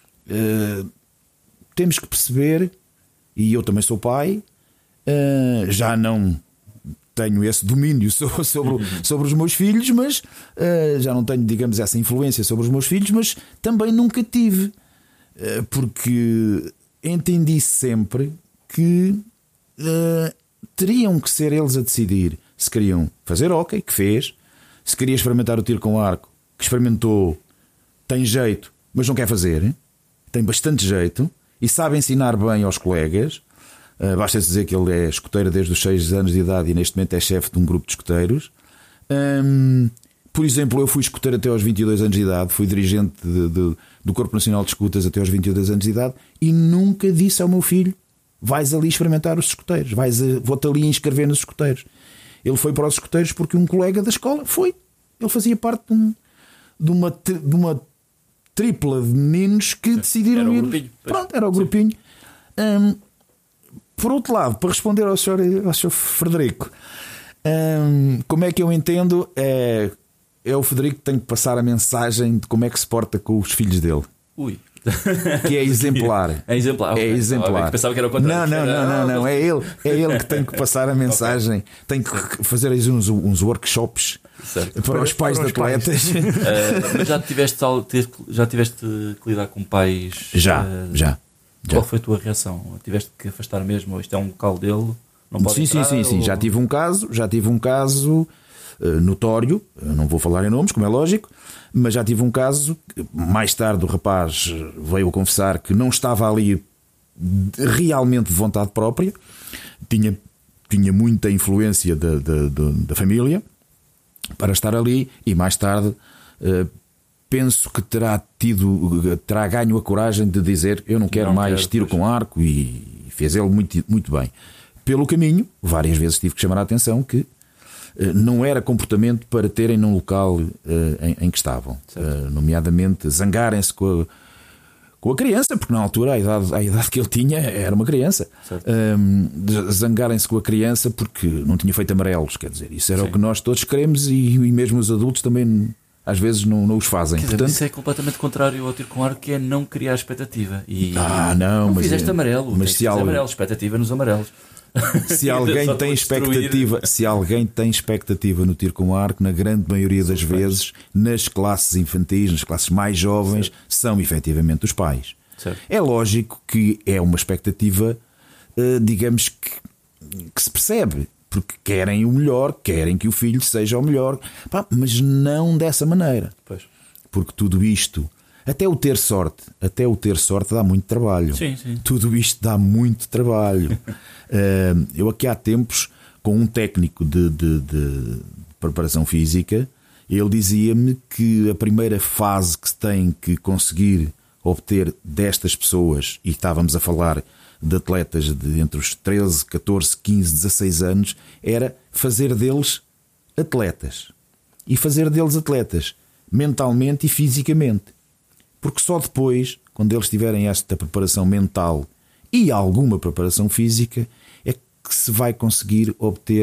Speaker 3: Temos que perceber, e eu também sou pai, já não tenho esse domínio sobre os meus filhos, mas já não tenho, digamos, essa influência sobre os meus filhos, mas também nunca tive, porque entendi sempre que teriam que ser eles a decidir se queriam fazer hóquei, que fez, se queria experimentar o tiro com arco, que experimentou, tem jeito, mas não quer fazer, tem bastante jeito e sabe ensinar bem aos colegas. Basta dizer que ele é escoteiro desde os 6 anos de idade e neste momento é chefe de um grupo de escoteiros. Por exemplo, eu fui escoteiro até aos 22 anos de idade, fui dirigente do Corpo Nacional de Escutas até aos 22 anos de idade e nunca disse ao meu filho: vais ali experimentar os escoteiros, vou-te ali inscrever nos escoteiros. Ele foi para os escoteiros porque um colega da escola foi. Ele fazia parte de uma tripla de meninos que decidiram ir.
Speaker 1: Grupinho,
Speaker 3: pronto, era o grupinho. Por outro lado, para responder ao Sr. Frederico, como é que eu entendo? É o Frederico que tem que passar a mensagem de como é que se porta com os filhos dele.
Speaker 1: Ui.
Speaker 3: Que é exemplar.
Speaker 1: É exemplar.
Speaker 3: É exemplar.
Speaker 1: Pensava que era o contrário.
Speaker 3: Não. É ele que tem que passar a mensagem. Okay. Tem que fazer aí uns workshops para os pais de atletas.
Speaker 1: Mas já tiveste que lidar com pais?
Speaker 3: Já.
Speaker 1: Qual foi a tua reação? Tiveste que afastar mesmo? Isto é um local dele? Não pode entrar,
Speaker 3: sim.
Speaker 1: Ou...
Speaker 3: Já tive um caso notório. Não vou falar em nomes, como é lógico. Mas já tive um caso. Mais tarde o rapaz veio a confessar que não estava ali realmente de vontade própria. Tinha muita influência da família para estar ali. E mais tarde penso que terá ganho a coragem de dizer: eu não quero mais tiro com arco, e fez ele muito, muito bem. Pelo caminho, várias vezes tive que chamar a atenção que não era comportamento para terem num local em que estavam, nomeadamente zangarem-se com a criança, porque na altura a idade que ele tinha era uma criança. Zangarem-se com a criança porque não tinha feito amarelos, quer dizer, isso era o que nós todos queremos, e mesmo os adultos também às vezes não os fazem.
Speaker 1: Portanto, isso é completamente contrário ao tiro com arco, que é não criar expectativa.
Speaker 3: Não
Speaker 1: fizeste amarelo,
Speaker 3: mas se
Speaker 1: amarelo, expectativa nos amarelos.
Speaker 3: Se alguém tem expectativa no tiro com arco, na grande maioria das vezes, nas classes infantis, nas classes mais jovens, são efetivamente os pais.
Speaker 1: Certo.
Speaker 3: É lógico que é uma expectativa, digamos, que se percebe, porque querem o melhor, querem que o filho seja o melhor, mas não dessa maneira.
Speaker 1: Pois.
Speaker 3: Porque tudo isto, até o ter sorte dá muito trabalho.
Speaker 1: Sim.
Speaker 3: Tudo isto dá muito trabalho. Eu aqui há tempos, com um técnico de preparação física, ele dizia-me que a primeira fase que se tem que conseguir obter destas pessoas, e estávamos a falar de atletas de entre os 13, 14, 15, 16 anos, era fazer deles atletas. E fazer deles atletas mentalmente e fisicamente. Porque só depois, quando eles tiverem esta preparação mental e alguma preparação física, é que se vai conseguir obter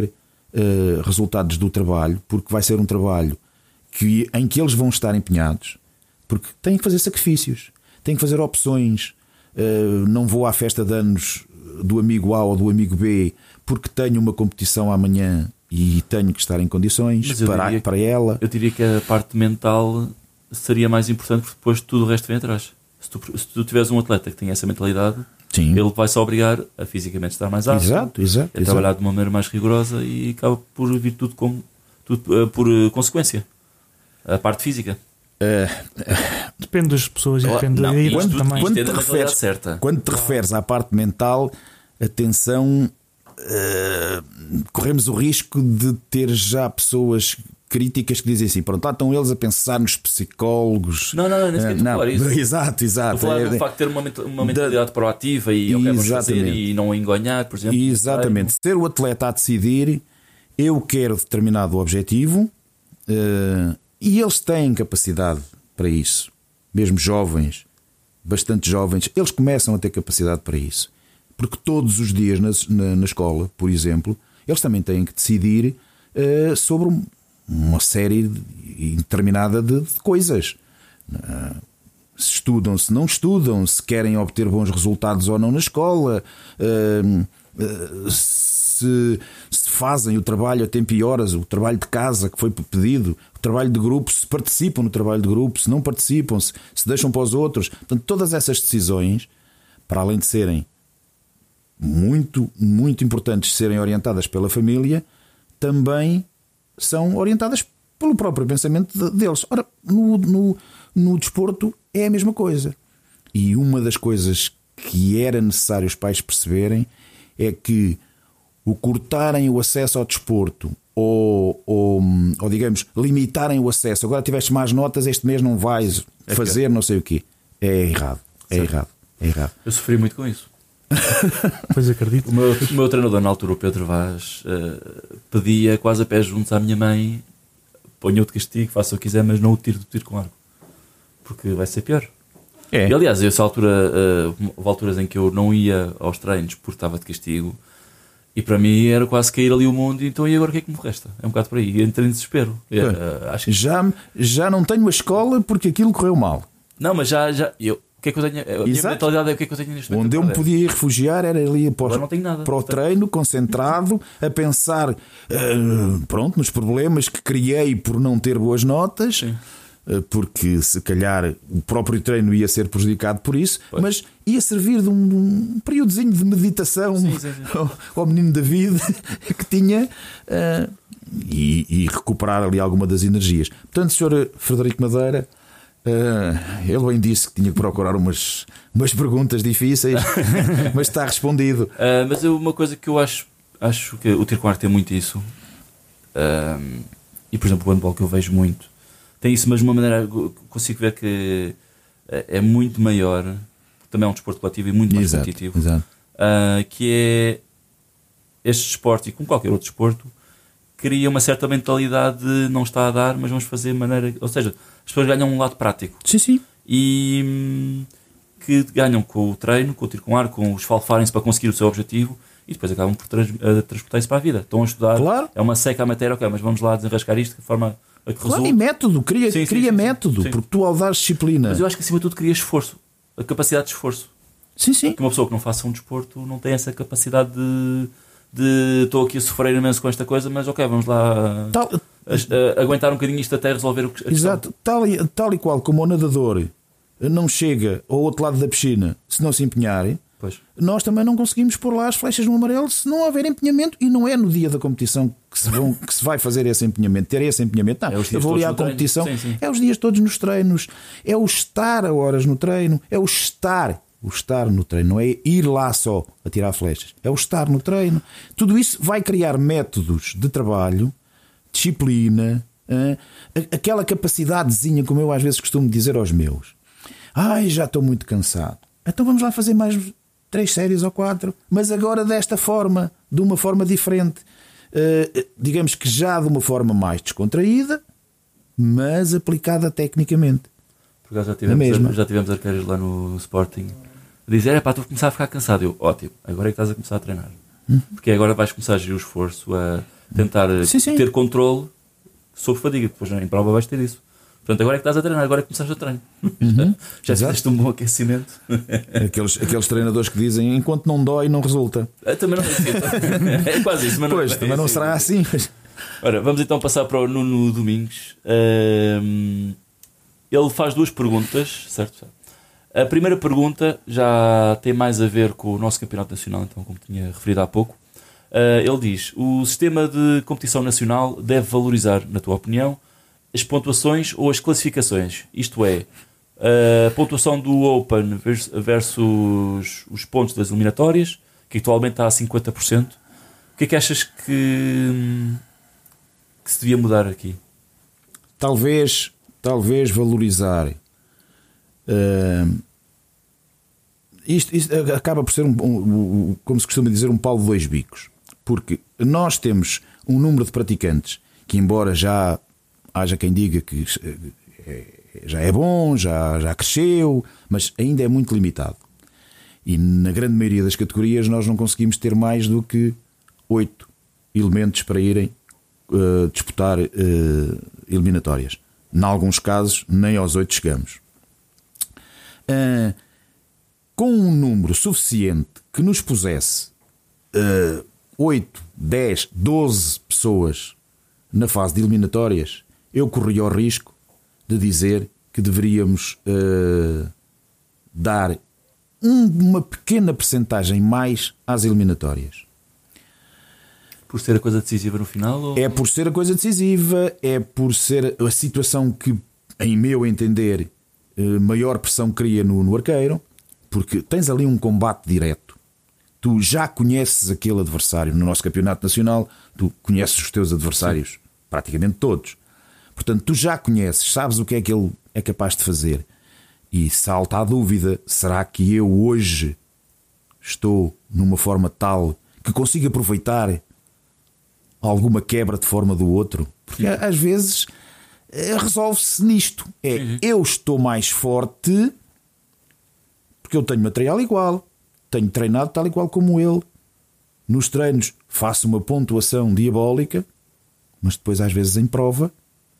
Speaker 3: resultados do trabalho, porque vai ser um trabalho em que eles vão estar empenhados, porque têm que fazer sacrifícios, têm que fazer opções. Não vou à festa de anos do amigo A ou do amigo B porque tenho uma competição amanhã e tenho que estar em condições para ela.
Speaker 1: Eu diria que a parte mental seria mais importante, porque depois tudo o resto vem atrás. Se tu tiveres um atleta que tem essa mentalidade, sim, ele vai-se obrigar a fisicamente estar mais apto, a trabalhar de uma maneira mais rigorosa, e acaba por vir tudo por consequência. A parte física.
Speaker 2: Depende das pessoas e depende da idade também.
Speaker 3: Quando te referes à parte mental, atenção, corremos o risco de ter já pessoas críticas que dizem assim: pronto, lá estão eles a pensar nos psicólogos.
Speaker 1: Não, não, isso.
Speaker 3: Exato.
Speaker 1: Estou a falar do facto de ter uma mentalidade proativa e vamos fazer e não enganhar, por exemplo.
Speaker 3: Exatamente. Ser o atleta a decidir, eu quero determinado objetivo, e eles têm capacidade para isso. Mesmo jovens, bastante jovens, eles começam a ter capacidade para isso. Porque todos os dias na escola, por exemplo, eles também têm que decidir sobre uma série determinada de coisas. Se estudam, se não estudam, se querem obter bons resultados ou não na escola, se fazem o trabalho a tempo e horas, o trabalho de casa que foi pedido, o trabalho de grupo, se participam no trabalho de grupo, se não participam, se deixam para os outros. Portanto, todas essas decisões, para além de serem muito, muito importantes, serem orientadas pela família, também são orientadas pelo próprio pensamento deles. Ora, no desporto é a mesma coisa. E uma das coisas que era necessário os pais perceberem é que o cortarem o acesso ao desporto ou digamos, limitarem o acesso, agora tiveste mais notas, este mês não vais fazer não sei o quê, é errado.
Speaker 1: Eu sofri muito com isso.
Speaker 2: Pois acredito.
Speaker 1: O meu treinador na altura, o Pedro Vaz, pedia quase a pés juntos à minha mãe: ponha-o de castigo, faça o que quiser, mas não o tiro do tiro com arco, porque vai ser pior. E aliás, essa altura, houve alturas em que eu não ia aos treinos porque estava de castigo, e para mim era quase cair ali o mundo. Então, e agora o que é que me resta? É um bocado por aí, entrei em desespero.
Speaker 3: Acho que já não tenho a escola porque aquilo correu mal.
Speaker 1: Não, mas já o que é que eu tenho? A minha mentalidade é o que é que eu tenho neste momento.
Speaker 3: Onde eu me podia ir refugiar era ali para o treino, concentrado, a pensar nos problemas que criei por não ter boas notas. Sim. Porque se calhar o próprio treino ia ser prejudicado por isso, mas ia servir de um períodozinho de meditação ao menino David que tinha, e recuperar ali alguma das energias. Portanto, Sr. Frederico Madeira, ele bem disse que tinha que procurar umas perguntas difíceis, mas está respondido.
Speaker 1: Mas uma coisa que eu acho que o tiro com arco tem muito isso, e por exemplo o handball, que eu vejo muito, tem isso, mas de uma maneira consigo ver que é muito maior, também é um desporto coletivo e muito mais competitivo. Que é este desporto, e como qualquer outro desporto, cria uma certa mentalidade de não está a dar, mas vamos fazer de maneira, ou seja, as pessoas ganham um lado prático.
Speaker 3: Sim.
Speaker 1: E que ganham com o treino, com o tiro com arco, com os esfalfarem-se para conseguir o seu objetivo, e depois acabam por transportar isso para a vida. Estão a estudar,
Speaker 3: claro.
Speaker 1: É uma seca à matéria, mas vamos lá desenrascar isto de forma a que resulte.
Speaker 3: E método, cria método, porque tu, ao dar disciplina.
Speaker 1: Mas eu acho que acima de tudo cria esforço, a capacidade de esforço.
Speaker 3: Sim.
Speaker 1: Porque uma pessoa que não faça um desporto não tem essa capacidade de estou aqui a sofrer imenso com esta coisa, mas vamos lá aguentar um bocadinho isto até resolver o que.
Speaker 3: Exato, tal e qual como o nadador não chega ao outro lado da piscina se não se empenhar. Nós também não conseguimos pôr lá as flechas no amarelo se não houver empenhamento, e não é no dia da competição que se vai fazer esse empenhamento, ter esse empenhamento. Não, eu vou ali à competição, é os dias todos nos treinos, é o estar a horas no treino, é o estar no treino, não é ir lá só a tirar flechas, é o estar no treino. Tudo isso vai criar métodos de trabalho, disciplina, aquela capacidadezinha, como eu às vezes costumo dizer aos meus: já estou muito cansado, então vamos lá fazer mais 3 séries ou 4, mas agora desta forma, de uma forma diferente, digamos que já de uma forma mais descontraída, mas aplicada tecnicamente.
Speaker 1: Porque já tivemos arqueiros lá no Sporting a dizer: estou a começar a ficar cansado. Eu, ótimo, agora é que estás a começar a treinar. Porque agora vais começar a gerir o esforço, tentar
Speaker 3: Sim.
Speaker 1: ter controle sobre fadiga. Depois em prova vais ter isso. Portanto, agora é que estás a treinar, agora é que começaste a treino. Já fizeste um bom aquecimento.
Speaker 3: Aqueles treinadores que dizem enquanto não dói, não resulta.
Speaker 1: Também não é quase isso, mas
Speaker 3: pois, também não será assim.
Speaker 1: Ora, vamos então passar para o Nuno Domingos. Ele faz 2 perguntas, certo? A primeira pergunta já tem mais a ver com o nosso campeonato nacional, então, como tinha referido há pouco. Ele diz: o sistema de competição nacional deve valorizar, na tua opinião, as pontuações ou as classificações? Isto é, a pontuação do Open versus os pontos das eliminatórias, que atualmente está a 50%. O que é que achas que se devia mudar aqui?
Speaker 3: Talvez valorizar. Isto acaba por ser como se costuma dizer, um pau de 2 bicos. Porque nós temos um número de praticantes que, embora já haja quem diga que já é bom, já cresceu, mas ainda é muito limitado. E na grande maioria das categorias nós não conseguimos ter mais do que 8 elementos para irem disputar eliminatórias. Em alguns casos nem aos 8 chegamos. Com um número suficiente que nos pusesse 8, 10, 12 pessoas na fase de eliminatórias, eu corria o risco de dizer que deveríamos dar uma pequena percentagem mais às eliminatórias.
Speaker 1: Por ser a coisa decisiva no final? Ou...
Speaker 3: É por ser a coisa decisiva, é por ser a situação que, em meu entender, maior pressão cria no arqueiro, porque tens ali um combate direto. Tu já conheces aquele adversário. No nosso campeonato nacional, tu conheces os teus adversários. Sim. Praticamente todos. Portanto, tu já conheces, sabes o que é que ele é capaz de fazer. E salta a dúvida: será que eu hoje estou numa forma tal que consigo aproveitar alguma quebra de forma do outro? Porque às vezes resolve-se nisto. Eu estou mais forte porque eu tenho material igual, tenho treinado tal e qual como ele. Nos treinos faço uma pontuação diabólica, mas depois às vezes em prova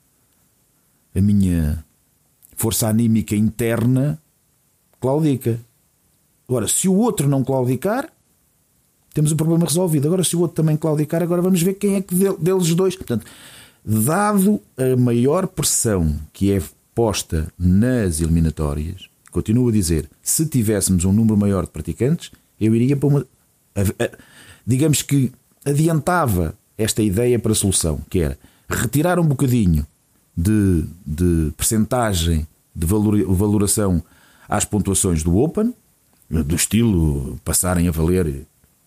Speaker 3: a minha força anímica interna claudica. Agora, se o outro não claudicar, temos o problema resolvido. Agora, se o outro também claudicar, agora vamos ver quem é que deles dois. Portanto, dado a maior pressão que é posta nas eliminatórias, continuo a dizer, se tivéssemos um número maior de praticantes, eu iria para uma... digamos que adiantava esta ideia para a solução, que era retirar um bocadinho de percentagem de valoração às pontuações do Open, do estilo passarem a valer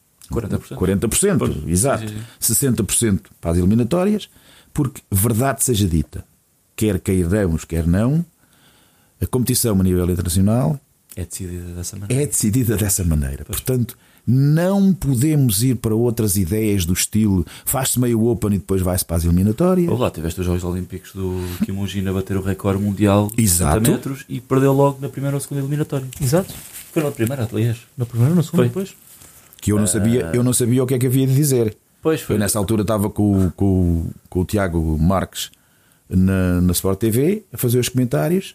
Speaker 3: 40%,
Speaker 1: pois,
Speaker 3: exato, sim. 60% para as eliminatórias, porque, verdade seja dita, quer queiramos, quer não, a competição a nível internacional
Speaker 1: é decidida dessa maneira.
Speaker 3: Pois. Portanto, não podemos ir para outras ideias do estilo faz-se meio Open e depois vai-se para as eliminatórias.
Speaker 1: Ou lá tiveste os Jogos Olímpicos do Kim Moon-jin a bater o recorde mundial de 60 metros e perdeu logo na primeira ou segunda eliminatória.
Speaker 2: Exato.
Speaker 1: Foi na primeira, aliás.
Speaker 2: Na primeira ou na segunda?
Speaker 1: Foi. Depois.
Speaker 3: Que eu não sabia o que é que havia de dizer.
Speaker 1: Pois foi.
Speaker 3: Eu nessa altura estava com o Tiago Marques na Sport TV a fazer os comentários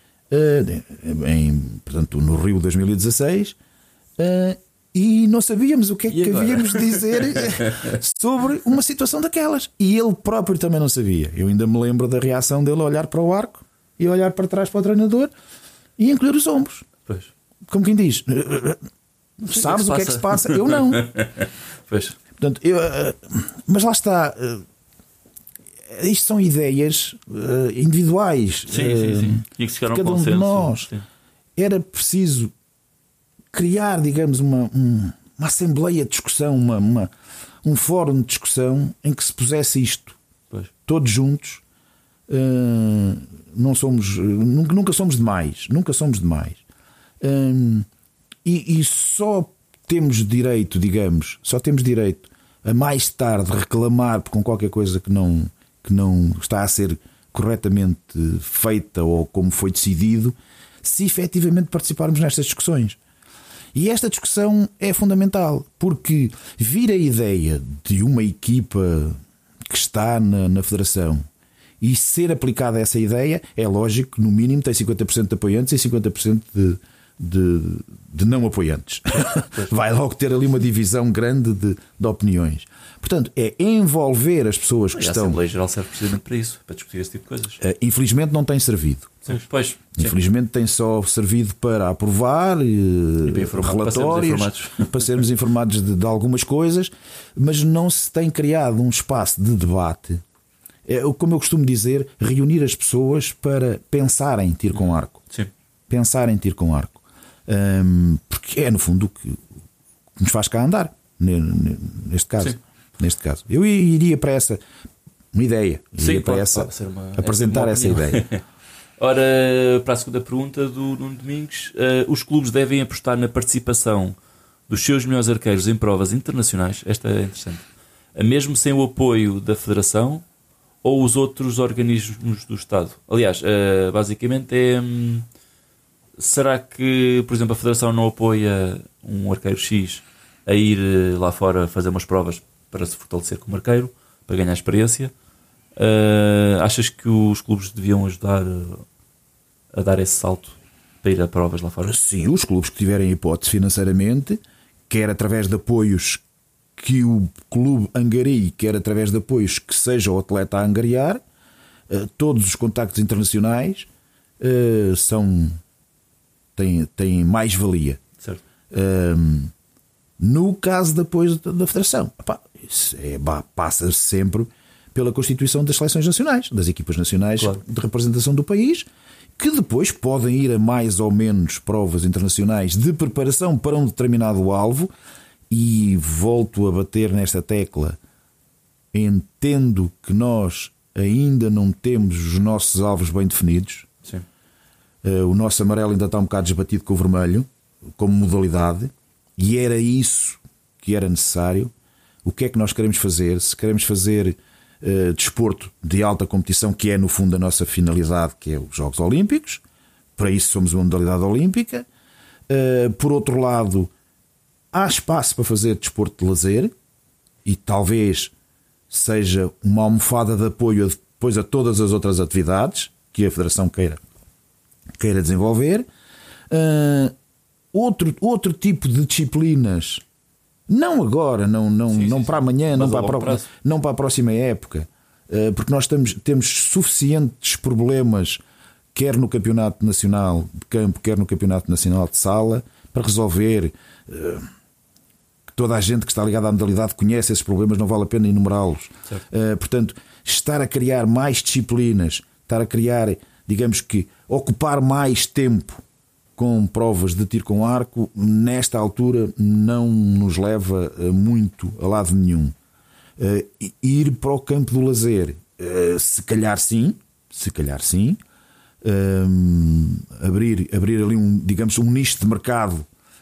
Speaker 3: portanto, no Rio 2016 e não sabíamos o que é que havíamos de dizer sobre uma situação daquelas. E ele próprio também não sabia. Eu ainda me lembro da reação dele a olhar para o arco e a olhar para trás para o treinador e encolher os ombros.
Speaker 1: Pois.
Speaker 3: Como quem diz, sabes o que é que se passa? Eu não.
Speaker 1: Pois.
Speaker 3: Portanto, mas lá está. Isto são ideias individuais.
Speaker 1: Sim. E que chegaram a um
Speaker 3: cada um
Speaker 1: consenso.
Speaker 3: de nós.
Speaker 1: Sim.
Speaker 3: Era preciso criar, digamos, uma assembleia de discussão, um fórum de discussão em que se pusesse isto.
Speaker 1: Pois.
Speaker 3: Todos juntos. Nunca somos demais. Nunca somos demais. E só temos direito, digamos, a mais tarde reclamar com qualquer coisa que não está a ser corretamente feita ou como foi decidido, se efetivamente participarmos nestas discussões. E esta discussão é fundamental, porque vir a ideia de uma equipa que está na Federação e ser aplicada essa ideia, é lógico que no mínimo tem 50% de apoiantes e 50% de não apoiantes. Vai logo ter ali uma divisão grande de opiniões. Portanto, é envolver as pessoas que estão.
Speaker 1: A Assembleia Geral serve precisamente para isso, para discutir esse tipo de coisas.
Speaker 3: Infelizmente não tem servido.
Speaker 1: Sim, pois,
Speaker 3: infelizmente tem só servido para aprovar relatórios, para sermos informados de algumas coisas, mas não se tem criado um espaço de debate. Como eu costumo dizer, reunir as pessoas para pensar em tiro com arco.
Speaker 1: Sim.
Speaker 3: Pensar em tiro com arco. Porque é no fundo o que nos faz cá andar neste caso.
Speaker 1: Sim.
Speaker 3: Neste caso, eu iria para essa uma ideia,
Speaker 1: sim,
Speaker 3: para apresentar essa ideia.
Speaker 1: Ora, para a segunda pergunta do Nuno Domingos, os clubes devem apostar na participação dos seus melhores arqueiros em provas internacionais. Esta é interessante. Mesmo sem o apoio da Federação ou os outros organismos do Estado. Aliás, basicamente é... será que, por exemplo, a Federação não apoia um arqueiro X a ir lá fora fazer umas provas para se fortalecer como arqueiro, para ganhar experiência? Achas que os clubes deviam ajudar a dar esse salto para ir a provas lá fora?
Speaker 3: Sim, os clubes que tiverem hipótese financeiramente, quer através de apoios que o clube angarie, quer através de apoios que seja o atleta a angariar, todos os contactos internacionais têm mais-valia.
Speaker 1: Certo.
Speaker 3: No caso de apoio da Federação, passa sempre pela constituição das seleções nacionais, das equipas nacionais, claro, de representação do país, que depois podem ir a mais ou menos provas internacionais de preparação para um determinado alvo. E volto a bater nesta tecla, entendo que nós ainda não temos os nossos alvos bem definidos.
Speaker 1: Sim.
Speaker 3: O nosso amarelo ainda está um bocado desbatido com o vermelho como modalidade, e era isso que era necessário. O que é que nós queremos fazer? Se queremos fazer desporto de alta competição, que é no fundo a nossa finalidade, que é os Jogos Olímpicos, para isso somos uma modalidade olímpica. Por outro lado, há espaço para fazer desporto de lazer, e talvez seja uma almofada de apoio depois a todas as outras atividades que a Federação queira desenvolver. Outro tipo de disciplinas, não agora, não para amanhã, não para a próxima época, porque nós temos suficientes problemas, quer no Campeonato Nacional de Campo, quer no Campeonato Nacional de Sala, para resolver. Toda a gente que está ligada à modalidade conhece esses problemas, não vale a pena enumerá-los. Portanto, estar a criar mais disciplinas, estar a criar, digamos que, ocupar mais tempo com provas de tiro com arco, nesta altura não nos leva muito a lado nenhum. Ir para o campo do lazer, se calhar sim, abrir ali um nicho de mercado,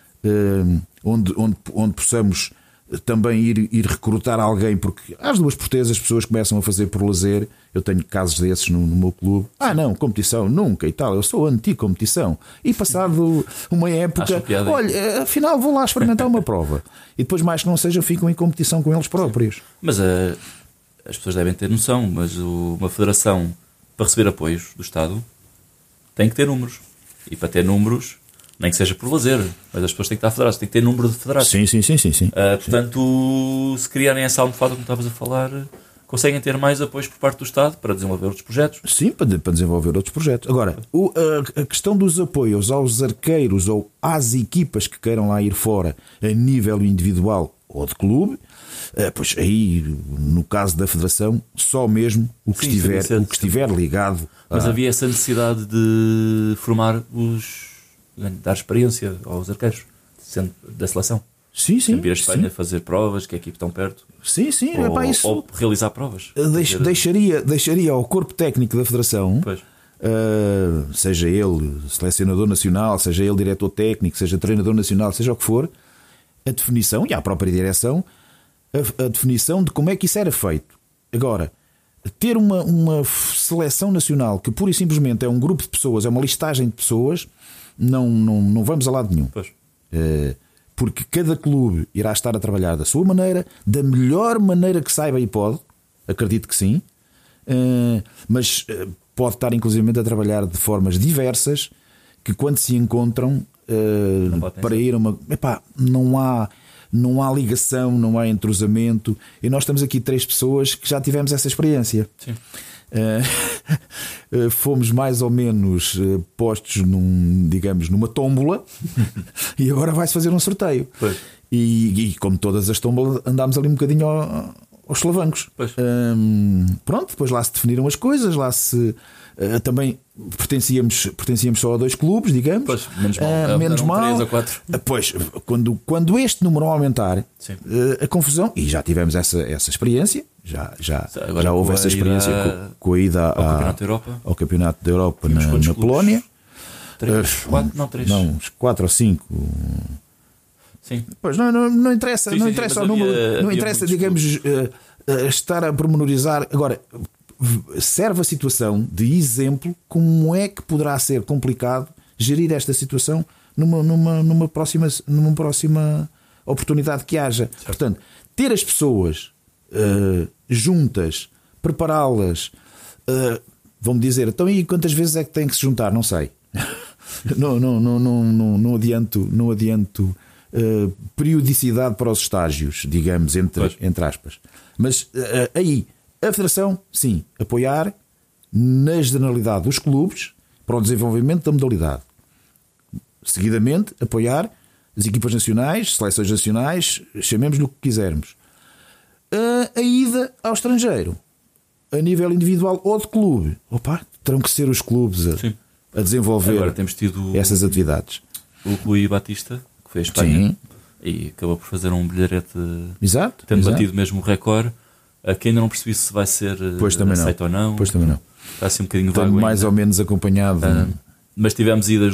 Speaker 3: onde possamos também ir recrutar alguém, porque às duas por três as pessoas começam a fazer por lazer. Eu tenho casos desses no meu clube. Não, competição nunca e tal, eu sou anti-competição, e passado uma época, olha, afinal vou lá experimentar uma prova, e depois, mais que não seja, ficam em competição com eles próprios.
Speaker 1: Sim. Mas as pessoas devem ter noção, mas uma federação, para receber apoios do Estado, tem que ter números, e para ter números, nem que seja por lazer, mas as pessoas têm que estar federadas, têm que ter número de federados.
Speaker 3: Sim.
Speaker 1: Portanto, se criarem essa almofada, como estavas a falar, conseguem ter mais apoios por parte do Estado para desenvolver outros projetos.
Speaker 3: Sim, para desenvolver outros projetos. Agora, a questão dos apoios aos arqueiros ou às equipas que queiram lá ir fora, a nível individual ou de clube, pois aí, no caso da Federação, só mesmo o que estiver ligado.
Speaker 1: Mas havia essa necessidade de formar dar experiência aos arqueiros da seleção.
Speaker 3: Sim.
Speaker 1: Vir a Espanha fazer provas, que a equipe tão perto.
Speaker 3: Sim.
Speaker 1: Ou realizar provas.
Speaker 3: Deixaria ao corpo técnico da Federação, seja ele selecionador nacional, seja ele diretor técnico, seja treinador nacional, seja o que for, a definição, e à própria direção, a definição de como é que isso era feito. Agora, ter uma seleção nacional que pura e simplesmente é um grupo de pessoas, é uma listagem de pessoas, não vamos a lado nenhum. Porque cada clube irá estar a trabalhar da sua maneira, da melhor maneira que saiba e pode, acredito que sim, mas pode estar inclusivamente a trabalhar de formas diversas que quando se encontram para ir a uma... Epá, não há ligação, não há entrosamento, e nós estamos aqui 3 pessoas que já tivemos essa experiência.
Speaker 1: Sim.
Speaker 3: Fomos mais ou menos postos numa tómbola e agora vai-se fazer um sorteio. E como todas as tómbolas, andámos ali um bocadinho aos solavancos. Pronto, depois lá se definiram as coisas, lá se também pertencíamos só a 2 clubes, digamos.
Speaker 1: Pois, menos mal. 3 ou 4.
Speaker 3: Pois, quando este número aumentar, a confusão, e já tivemos essa experiência, já houve essa experiência com a ida ao Campeonato da Europa na Polónia.
Speaker 1: 3, 4, não,
Speaker 3: 4 ou 5.
Speaker 1: Sim.
Speaker 3: Pois não interessa, não interessa o número, não interessa, digamos, estar a pormenorizar. Agora, serve a situação de exemplo como é que poderá ser complicado gerir esta situação numa próxima oportunidade que haja. Certo. Portanto, ter as pessoas juntas, prepará-las, vão-me dizer, então e quantas vezes é que têm que se juntar? Não sei. não adianto periodicidade para os estágios, digamos, entre aspas. Mas aí a Federação, sim, apoiar na generalidade dos clubes para o desenvolvimento da modalidade. Seguidamente, apoiar as equipas nacionais, seleções nacionais, chamemos-lhe o que quisermos. A ida ao estrangeiro, a nível individual ou de clube, terão que ser os clubes a desenvolver.
Speaker 1: Agora temos tido
Speaker 3: essas atividades.
Speaker 1: O Rui Batista, que foi a Espanha, sim, e acabou por fazer um bilharete, tendo batido mesmo o recorde. Que ainda não percebi se vai ser aceito ou não.
Speaker 3: Pois também não.
Speaker 1: Está assim um bocadinho vago ainda.
Speaker 3: Mais ou menos acompanhado.
Speaker 1: Mas tivemos idas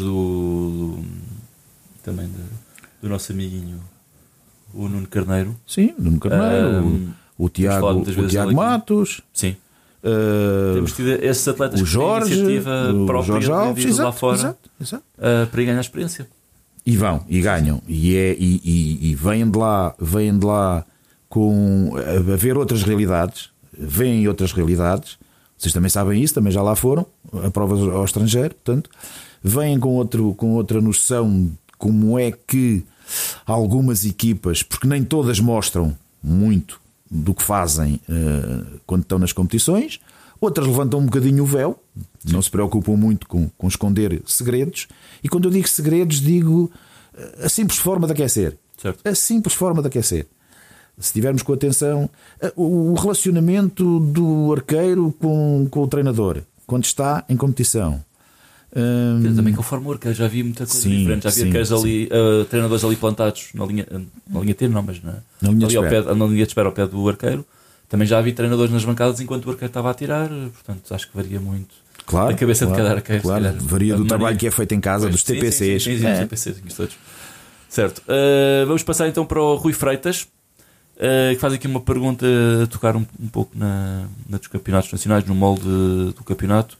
Speaker 1: também do nosso amiguinho, o Nuno Carneiro.
Speaker 3: Sim, o Nuno Carneiro, o Tiago Matos.
Speaker 1: Sim. Temos tido esses atletas
Speaker 3: o Jorge,
Speaker 1: que têm iniciativa própria
Speaker 3: Jorge Alves,
Speaker 1: lá fora para ir ganhar experiência.
Speaker 3: E vão, e ganham. E vêm de lá com a ver outras realidades, veem outras realidades. Vocês também sabem isso, também já lá foram a provas ao estrangeiro, portanto, vêm com outra noção de como é que algumas equipas, porque nem todas mostram muito do que fazem quando estão nas competições, outras levantam um bocadinho o véu, não se preocupam muito com esconder segredos, e quando eu digo segredos, digo a simples forma de aquecer.
Speaker 1: Certo.
Speaker 3: A simples forma de aquecer. Se tivermos com atenção o relacionamento do arqueiro com o treinador quando está em competição.
Speaker 1: Também conforme o arqueiro, já vi muita coisa diferente. Já vi arqueiros ali, treinadores ali plantados na linha T, não, mas na linha de espera ao pé do arqueiro. Também já vi treinadores nas bancadas enquanto o arqueiro estava a tirar. Portanto, acho que varia muito da cabeça de cada arqueiro.
Speaker 3: Claro, varia do trabalho que é feito em casa, dos TPCs.
Speaker 1: Sim, TPCs todos. Certo. Vamos passar então para o Rui Freitas, que faz aqui uma pergunta a tocar um pouco dos campeonatos nacionais, no molde do campeonato.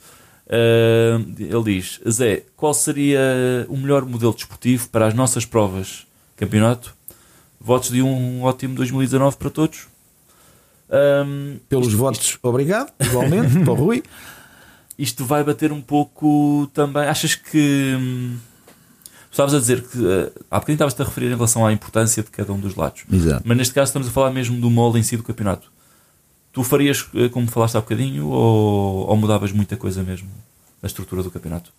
Speaker 1: Ele diz: Zé, qual seria o melhor modelo desportivo para as nossas provas campeonato? Votos de um ótimo 2019 para todos.
Speaker 3: Pelos votos, obrigado, igualmente, para o Rui.
Speaker 1: Isto vai bater um pouco também. Achas que estavas a dizer que há bocadinho estavas-te a referir em relação à importância de cada um dos lados.
Speaker 3: Exato.
Speaker 1: Mas neste caso estamos a falar mesmo do molde em si do campeonato. Tu farias como falaste há bocadinho ou mudavas muita coisa mesmo na estrutura do campeonato?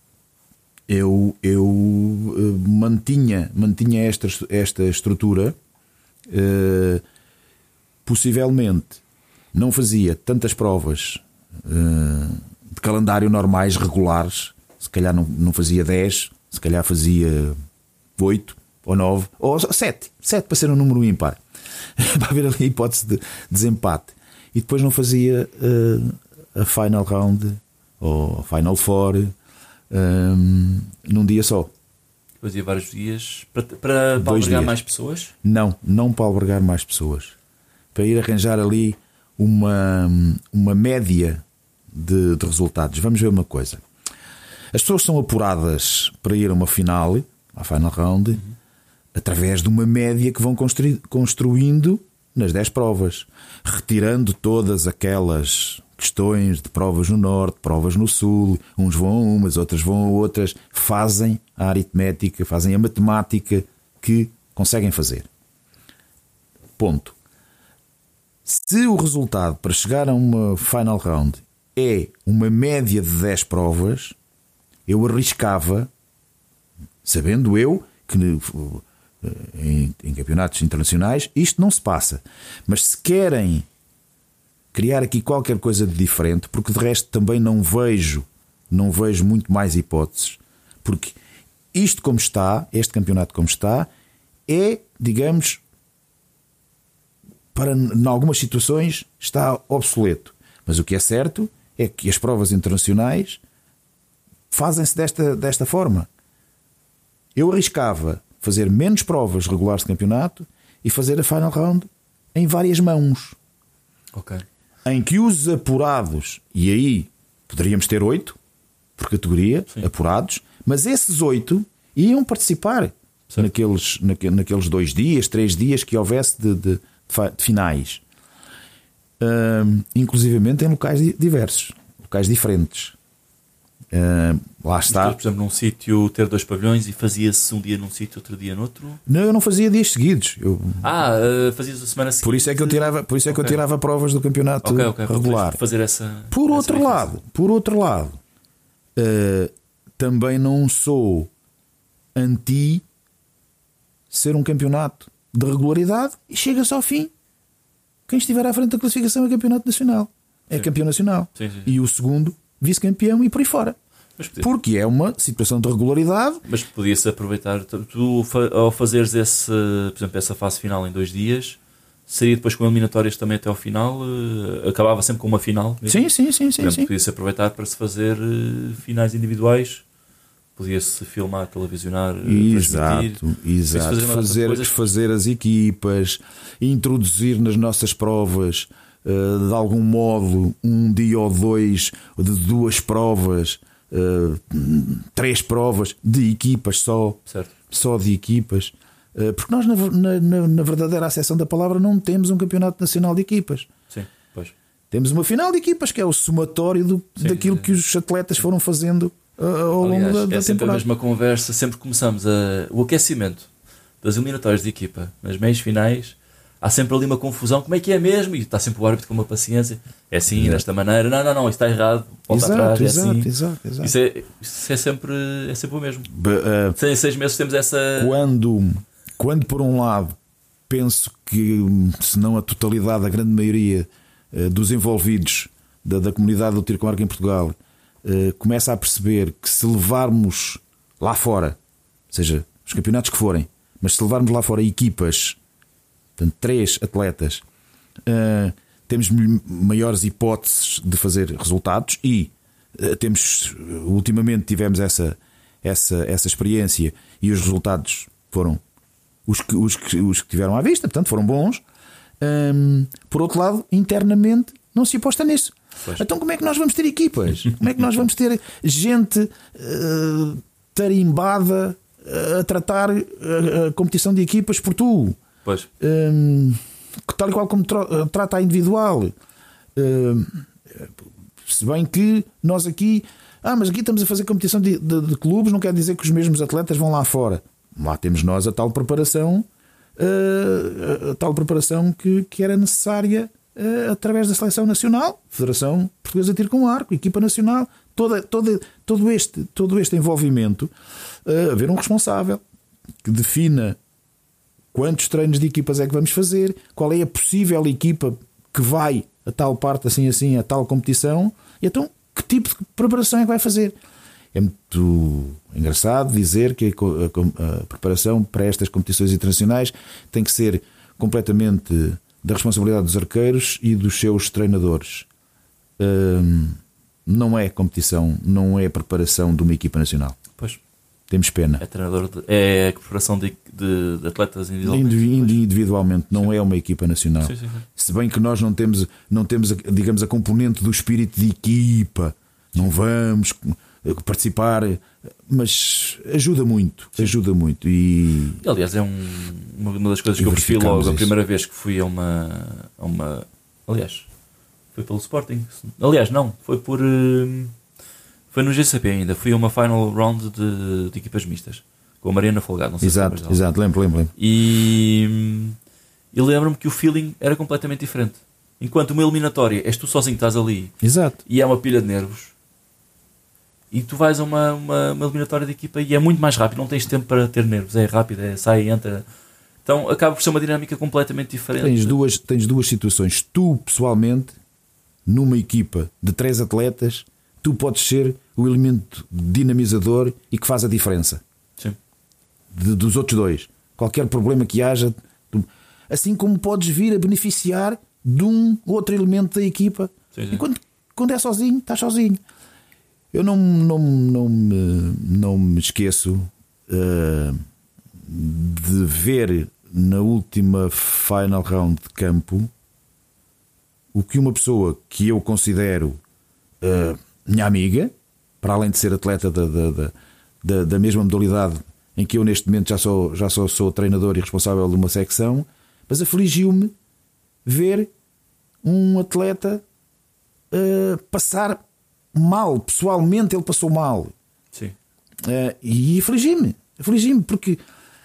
Speaker 3: Eu mantinha esta estrutura. Possivelmente não fazia tantas provas de calendário normais, regulares. Se calhar não fazia 10, se calhar fazia 8 ou 9 ou 7 para ser um número ímpar, para haver ali a hipótese de desempate. E depois não fazia a Final Round ou a Final Four num dia só.
Speaker 1: Fazia vários dias para albergar mais pessoas?
Speaker 3: Não para albergar mais pessoas, para ir arranjar ali uma média de resultados. Vamos ver uma coisa: as pessoas são apuradas para ir a uma final, à Final Round, através de uma média que vão construindo nas 10 provas, retirando todas aquelas questões de provas no norte, provas no sul, uns vão a umas, outras vão a outras, fazem a aritmética, fazem a matemática que conseguem fazer. Ponto. Se o resultado para chegar a uma final round é uma média de 10 provas, eu arriscava, sabendo eu que em campeonatos internacionais isto não se passa, mas se querem criar aqui qualquer coisa de diferente, porque de resto também não vejo muito mais hipóteses, porque isto como está, este campeonato como está, é, digamos, para em algumas situações está obsoleto, mas o que é certo é que as provas internacionais fazem-se desta forma. Eu arriscava fazer menos provas regulares de campeonato e fazer a final round em várias mãos.
Speaker 1: Ok.
Speaker 3: Em que os apurados, e aí poderíamos ter 8 por categoria, sim, apurados, mas esses 8 iam participar naqueles 2 dias, 3 dias que houvesse de finais, inclusivamente em locais diversos, locais diferentes. Lá está.
Speaker 1: Por exemplo, num sítio ter 2 pavilhões e fazia-se um dia num sítio, outro dia noutro?
Speaker 3: Não, eu não fazia dias seguidos.
Speaker 1: Fazias a semana seguinte.
Speaker 3: Por isso é que eu tirava provas do campeonato regular.
Speaker 1: Fazer essa.
Speaker 3: Por outro lado, também não sou anti ser um campeonato de regularidade e chega-se ao fim. Quem estiver à frente da classificação é campeonato nacional. É campeão nacional.
Speaker 1: Sim.
Speaker 3: E o segundo, vice-campeão e por aí fora. Porque é uma situação de regularidade.
Speaker 1: Mas podia-se aproveitar. Tu, ao fazeres por exemplo, essa fase final em 2 dias, seria depois com eliminatórias também até ao final? Acabava sempre com uma final mesmo?
Speaker 3: Sim.
Speaker 1: Podia-se aproveitar para se fazer finais individuais. Podia-se filmar, televisionar, transmitir.
Speaker 3: Fazer as equipas, introduzir nas nossas provas, de algum modo, um dia ou 2 de 2 provas, 3 provas de equipas só de equipas, porque nós na verdadeira acessão da palavra não temos um campeonato nacional de equipas.
Speaker 1: Sim, pois.
Speaker 3: Temos uma final de equipas que é o somatório daquilo que os atletas foram fazendo ao longo da
Speaker 1: é sempre
Speaker 3: temporada.
Speaker 1: A mesma conversa, sempre começamos o aquecimento das eliminatórias de equipa nas meias finais. Há sempre ali uma confusão, como é que é mesmo? E está sempre o árbitro com uma paciência. É assim, desta maneira. Não, isso está errado. Volta atrás,
Speaker 3: Exato.
Speaker 1: Isso é sempre o mesmo. Em 6 meses temos essa.
Speaker 3: Quando por um lado penso que, se não a totalidade, a grande maioria dos envolvidos da comunidade do tiro com arco em Portugal começa a perceber que se levarmos lá fora, seja os campeonatos que forem, mas se levarmos lá fora equipas, portanto 3 atletas, temos maiores hipóteses de fazer resultados e ultimamente tivemos essa experiência e os resultados foram os que tiveram à vista, portanto foram bons. Por outro lado, internamente não se aposta nisso. Pois. Então como é que nós vamos ter equipas? Como é que nós vamos ter gente tarimbada a tratar a competição de equipas por tu?
Speaker 1: Pois.
Speaker 3: Tal e qual como trata a individual. Se bem que nós aqui mas aqui estamos a fazer competição de clubes, não quer dizer que os mesmos atletas vão lá fora. Lá temos nós a tal preparação que era necessária através da Seleção Nacional, Federação Portuguesa de Tiro com Arco, Equipa Nacional, todo este envolvimento, haver um responsável que defina quantos treinos de equipas é que vamos fazer, qual é a possível equipa que vai a tal parte assim, a tal competição, e então que tipo de preparação é que vai fazer. É muito engraçado dizer que a preparação para estas competições internacionais tem que ser completamente da responsabilidade dos arqueiros e dos seus treinadores. Não é competição, não é preparação de uma equipa nacional.
Speaker 1: Pois.
Speaker 3: Temos pena.
Speaker 1: É a preparação de atletas
Speaker 3: individualmente, não é uma equipa nacional.
Speaker 1: Sim.
Speaker 3: Se bem que nós não temos digamos, a componente do espírito de equipa. Não vamos participar, mas ajuda muito. E
Speaker 1: aliás, é uma das coisas que eu percebi logo a primeira vez que fui a uma. Aliás, foi pelo Sporting. Aliás, não, foi foi no GCP ainda. Fui a uma final round de equipas mistas com a Mariana Folgado. Não sei
Speaker 3: exato, lembro.
Speaker 1: E lembro-me que o feeling era completamente diferente. Enquanto uma eliminatória és tu sozinho que estás ali,
Speaker 3: exato,
Speaker 1: e é uma pilha de nervos, e tu vais a uma eliminatória de equipa e é muito mais rápido, não tens tempo para ter nervos, é rápido, sai, entra. Então acaba por ser uma dinâmica completamente diferente.
Speaker 3: Tens duas situações. Tu, pessoalmente, numa equipa de 3 atletas, tu podes ser o elemento dinamizador e que faz a diferença.
Speaker 1: Sim.
Speaker 3: Dos outros 2. Qualquer problema que haja, assim como podes vir a beneficiar de um outro elemento da equipa.
Speaker 1: Sim.
Speaker 3: E quando é sozinho, estás sozinho. Eu não me esqueço de ver na última final round de campo o que uma pessoa que eu considero minha amiga, para além de ser atleta da mesma modalidade em que eu neste momento já sou treinador e responsável de uma secção, mas afligiu-me ver um atleta passar mal. Pessoalmente ele passou mal.
Speaker 1: Sim.
Speaker 3: E afligi-me porque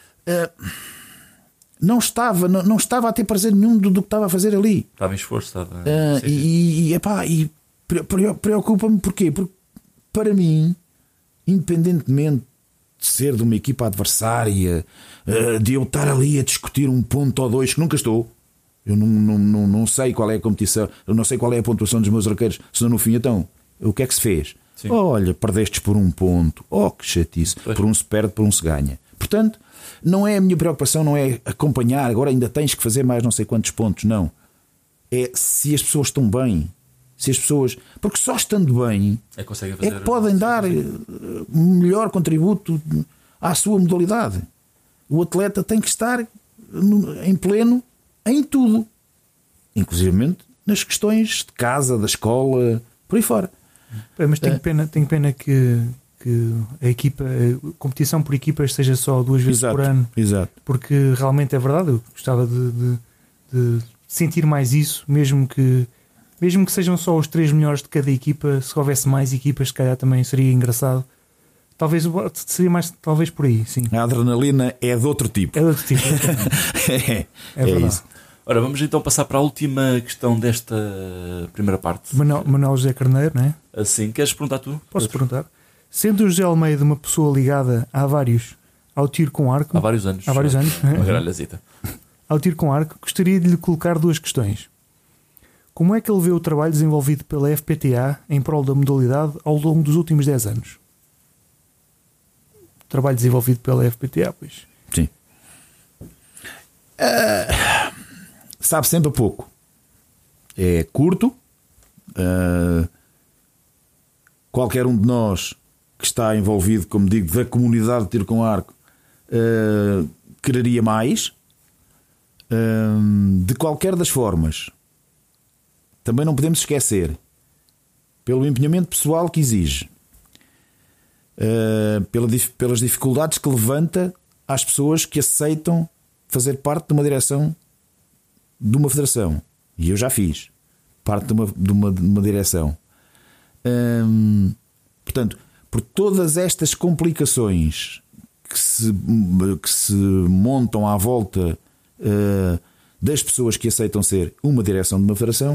Speaker 3: não estava a ter prazer nenhum do que estava a fazer ali.
Speaker 1: Estava em esforço.
Speaker 3: E preocupa-me porquê? Porque para mim, independentemente de ser de uma equipa adversária, de eu estar ali a discutir um ponto ou dois, que nunca estou. Eu não sei qual é a competição, eu não sei qual é a pontuação dos meus arqueiros, senão no fim, então, o que é que se fez?
Speaker 1: Sim.
Speaker 3: Olha, perdestes por um ponto, que chatice,
Speaker 1: pois.
Speaker 3: por um se perde, por um se ganha. Portanto, não é a minha preocupação, não é acompanhar, agora ainda tens que fazer mais não sei quantos pontos, não. É se as pessoas estão bem, porque só estando bem é que podem dar melhor contributo à sua modalidade. O atleta tem que estar em pleno em tudo, inclusivamente nas questões de casa, da escola, por aí fora.
Speaker 2: Mas tenho pena que a equipa, a competição por equipas seja só 2 vezes por ano.
Speaker 3: Exato.
Speaker 2: Porque realmente é verdade, eu gostava de sentir mais isso, mesmo que sejam só os 3 melhores de cada equipa. Se houvesse mais equipas, se calhar também seria engraçado. Seria mais talvez por aí, sim.
Speaker 3: A adrenalina é de outro tipo.
Speaker 2: É de outro tipo.
Speaker 3: É
Speaker 2: verdade.
Speaker 3: isso.
Speaker 1: Ora, vamos então passar para a última questão desta primeira parte.
Speaker 2: Manuel José Carneiro, não é?
Speaker 1: Assim, queres perguntar tu?
Speaker 2: Posso perguntar? Sendo o José Almeida uma pessoa ligada ao tiro com arco...
Speaker 1: Há vários anos.
Speaker 2: Uma
Speaker 1: gralhazita.
Speaker 2: Ao tiro com arco, gostaria de lhe colocar 2 questões. Como é que ele vê o trabalho desenvolvido pela FPTA em prol da modalidade ao longo dos últimos 10 anos? Trabalho desenvolvido pela FPTA, pois.
Speaker 3: Sim. Sabe sempre a pouco. É curto. Qualquer um de nós que está envolvido, como digo, da comunidade de tiro com arco, quereria mais. De qualquer das formas, também não podemos esquecer, pelo empenhamento pessoal que exige, pelas dificuldades que levanta às pessoas que aceitam fazer parte de uma direção de uma federação, e eu já fiz parte de uma direção. Portanto, por todas estas complicações que se montam à volta das pessoas que aceitam ser uma direção de uma federação,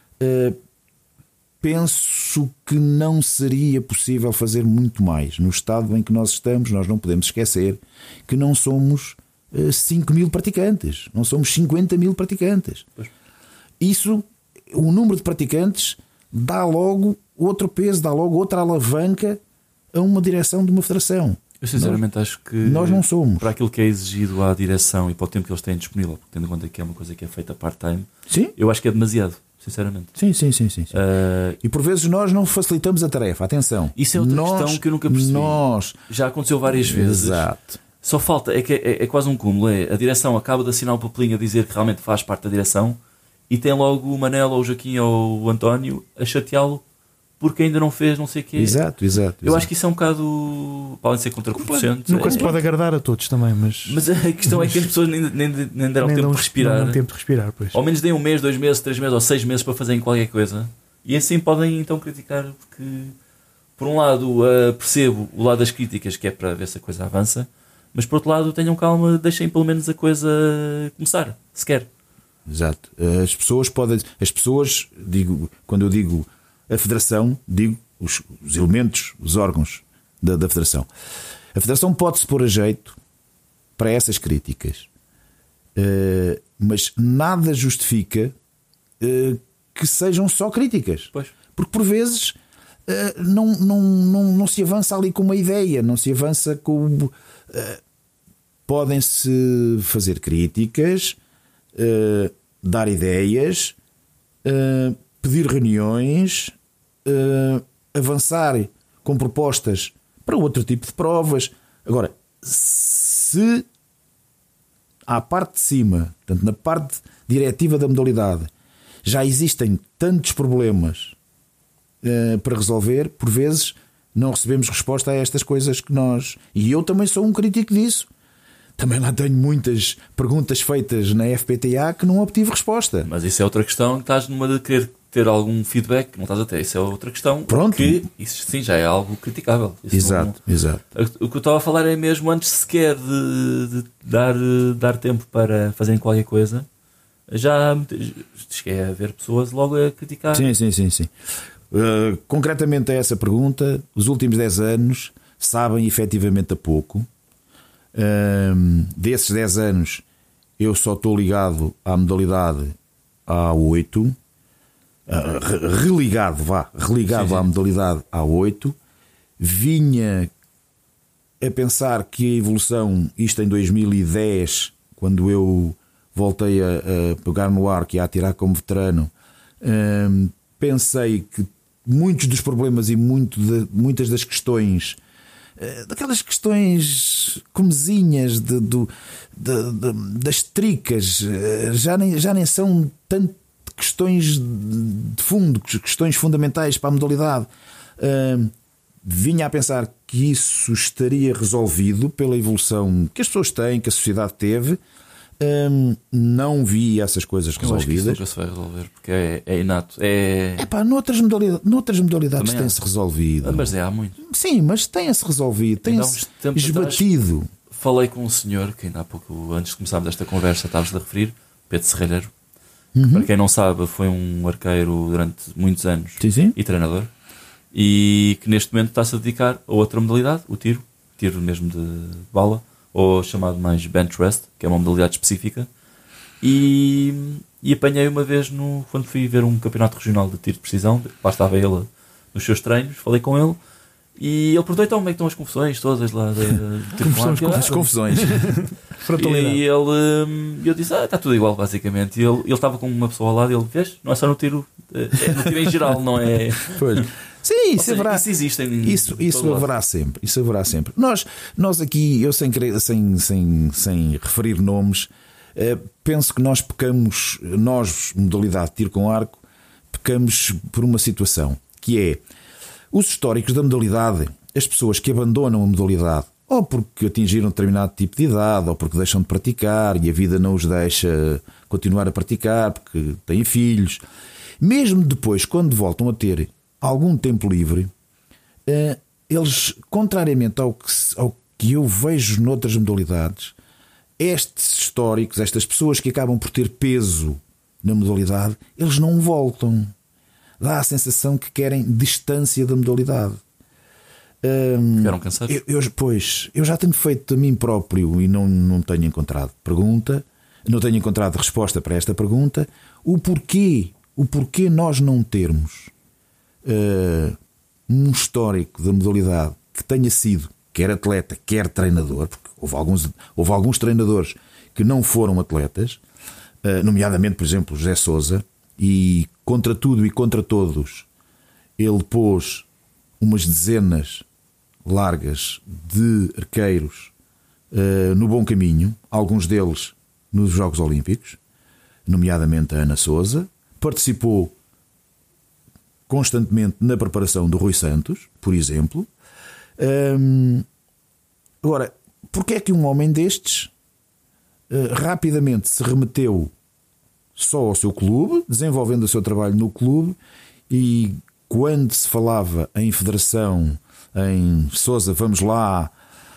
Speaker 3: penso que não seria possível fazer muito mais. No estado em que nós estamos, nós não podemos esquecer que não somos 5.000 praticantes, não somos 50.000 praticantes.
Speaker 1: Pois.
Speaker 3: Isso, o número de praticantes dá logo outro peso, dá logo outra alavanca a uma direção de uma federação.
Speaker 1: Eu sinceramente acho que
Speaker 3: nós não somos.
Speaker 1: Para aquilo que é exigido à direção e para o tempo que eles têm disponível, porque tendo em conta que é uma coisa que é feita part-time,
Speaker 3: sim,
Speaker 1: eu acho que é demasiado, sinceramente.
Speaker 3: Sim. E por vezes nós não facilitamos a tarefa. Atenção.
Speaker 1: Isso é outra questão que eu nunca percebi. Já aconteceu várias vezes.
Speaker 3: Exato.
Speaker 1: Só falta, é quase um cúmulo. A direção acaba de assinar um papelinho a dizer que realmente faz parte da direção e tem logo o Manel ou o Joaquim ou o António a chateá-lo porque ainda não fez não sei o quê.
Speaker 3: Exato.
Speaker 1: Eu acho que isso é um bocado, podem ser contraproducente.
Speaker 2: Nunca se pode agradar a todos também, mas
Speaker 1: a questão é que as pessoas nem deram tempo de respirar.
Speaker 2: Não tempo de respirar, pois.
Speaker 1: Ao menos deem 1 mês, 2 meses, 3 meses ou 6 meses para fazerem qualquer coisa. E assim podem então criticar, porque por um lado percebo o lado das críticas, que é para ver se a coisa avança, mas por outro lado tenham calma, deixem pelo menos a coisa começar, sequer.
Speaker 3: Exato. As pessoas, quando eu digo a Federação, digo os elementos, os órgãos da Federação. A Federação pode-se pôr a jeito para essas críticas, mas nada justifica que sejam só críticas.
Speaker 1: Pois.
Speaker 3: Porque por vezes não se avança ali com uma ideia, não se avança com. Podem-se fazer críticas, dar ideias, pedir reuniões, avançar com propostas para outro tipo de provas. Agora, se à parte de cima, portanto, na parte diretiva da modalidade, já existem tantos problemas para resolver, por vezes não recebemos resposta a estas coisas que nós... E eu também sou um crítico disso. Também lá tenho muitas perguntas feitas na FPTA que não obtive resposta.
Speaker 1: Mas isso é outra questão, estás numa de querer ter algum feedback que não estás a ter. Isso é outra questão.
Speaker 3: Pronto.
Speaker 1: Que isso sim já é algo criticável. Isso
Speaker 3: exato.
Speaker 1: O que eu estava a falar é mesmo antes sequer de dar tempo para fazerem qualquer coisa. Já cheguei a ver pessoas logo a criticar.
Speaker 3: Sim. Concretamente a essa pergunta, os últimos 10 anos sabem efetivamente a pouco. Desses 10 anos eu só estou ligado à modalidade há 8, religado sim. À modalidade há 8. Vinha a pensar que a evolução, isto em 2010, quando eu voltei a pegar no arco e a atirar como veterano, pensei que muitos dos problemas e muitas das questões, daquelas questões comezinhas das tricas, já nem são tanto questões de fundo, questões fundamentais para a modalidade. Vinha a pensar que isso estaria resolvido pela evolução que as pessoas têm, que a sociedade teve. Não vi essas coisas resolvidas.
Speaker 1: Eu acho que isso nunca se vai resolver, porque é inato.
Speaker 3: Noutras modalidades tem-se resolvido.
Speaker 1: Mas há muito.
Speaker 3: Sim, mas tem-se resolvido, tem-se esbatido.
Speaker 1: Falei com um senhor que ainda há pouco, antes de começarmos esta conversa, estavas a referir, Pedro Serralheiro. Para quem não sabe, foi um arqueiro durante muitos anos e treinador, e que neste momento está-se a dedicar a outra modalidade, o tiro mesmo de bala, ou chamado mais bench rest, que é uma modalidade específica, e apanhei uma vez quando fui ver um campeonato regional de tiro de precisão. Lá estava ele nos seus treinos, falei com ele e ele perguntou: então como é que estão as confusões todas lá
Speaker 3: as confusões.
Speaker 1: E eu disse: está tudo igual basicamente. E ele estava com uma pessoa ao lado e ele: vês, não é só no tiro, é no tiro em geral, não é?
Speaker 3: Pois. Sim, isso haverá.
Speaker 1: Isso existe.
Speaker 3: Isso haverá sempre. Isso haverá sempre. Nós aqui, eu sem referir nomes, penso que nós pecamos, modalidade de tiro com arco, pecamos por uma situação, que é os históricos da modalidade, as pessoas que abandonam a modalidade, ou porque atingiram determinado tipo de idade, ou porque deixam de praticar e a vida não os deixa continuar a praticar, porque têm filhos. Mesmo depois, quando voltam a ter algum tempo livre, eles, contrariamente ao que eu vejo noutras modalidades, estes históricos, estas pessoas que acabam por ter peso na modalidade, eles não voltam. Dá a sensação que querem distância da modalidade.
Speaker 1: Ficaram cansados?
Speaker 3: Eu já tenho feito a mim próprio e não tenho encontrado resposta para esta pergunta. O porquê nós não termos um histórico da modalidade que tenha sido quer atleta, quer treinador, porque houve alguns treinadores que não foram atletas, nomeadamente, por exemplo, José Sousa, e contra tudo e contra todos ele pôs umas dezenas largas de arqueiros no bom caminho, alguns deles nos Jogos Olímpicos, nomeadamente a Ana Sousa, participou constantemente na preparação do Rui Santos, por exemplo. Agora, porque é que um homem destes rapidamente se remeteu só ao seu clube, desenvolvendo o seu trabalho no clube, e quando se falava em federação, em Sousa, vamos lá,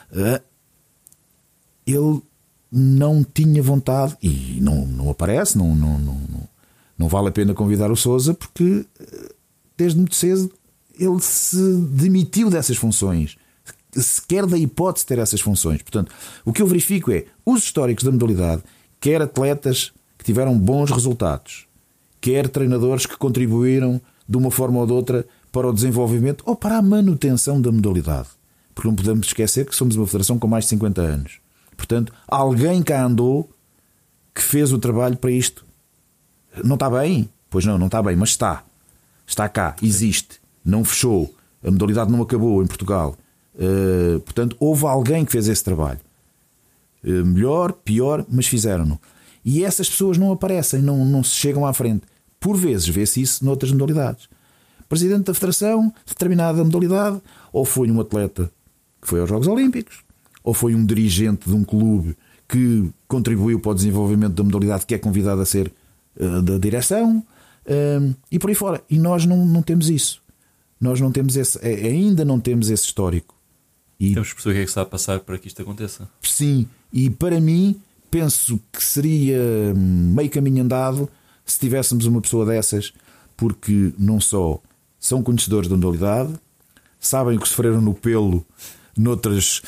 Speaker 3: ele não tinha vontade, e não aparece, não vale a pena convidar o Sousa, porque desde muito cedo ele se demitiu dessas funções, sequer da hipótese de ter essas funções. Portanto, o que eu verifico é os históricos da modalidade, quer atletas que tiveram bons resultados, quer treinadores que contribuíram de uma forma ou de outra para o desenvolvimento ou para a manutenção da modalidade, porque não podemos esquecer que somos uma federação com mais de 50 anos. Portanto, alguém cá andou que fez o trabalho para isto. Não está bem? Pois não está bem, mas está cá, existe, não fechou, a modalidade não acabou em Portugal. Portanto, houve alguém que fez esse trabalho, melhor, pior, mas fizeram-no. E essas pessoas não aparecem, não se chegam à frente. Por vezes vê-se isso noutras modalidades. Presidente da federação, determinada modalidade, ou foi um atleta que foi aos Jogos Olímpicos, ou foi um dirigente de um clube que contribuiu para o desenvolvimento da modalidade, que é convidado a ser da direção, e por aí fora. E nós não temos isso. Nós não temos ainda não temos esse histórico. E
Speaker 1: temos que perceber o que é que está a passar para que isto aconteça.
Speaker 3: Sim, e para mim penso que seria meio caminho andado se tivéssemos uma pessoa dessas, porque não só são conhecedores da modalidade, sabem o que sofreram no pelo noutras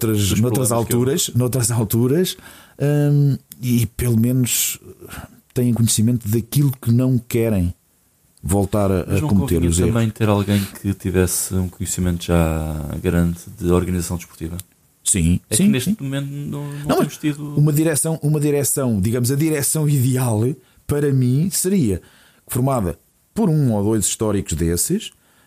Speaker 3: alturas, e pelo menos têm conhecimento daquilo que não querem voltar a cometer os erros.
Speaker 1: Também ter alguém que tivesse um conhecimento já grande de organização desportiva.
Speaker 3: Sim,
Speaker 1: que neste momento não temos tido
Speaker 3: uma direção, digamos, a direção ideal para mim seria formada por um ou dois históricos desses,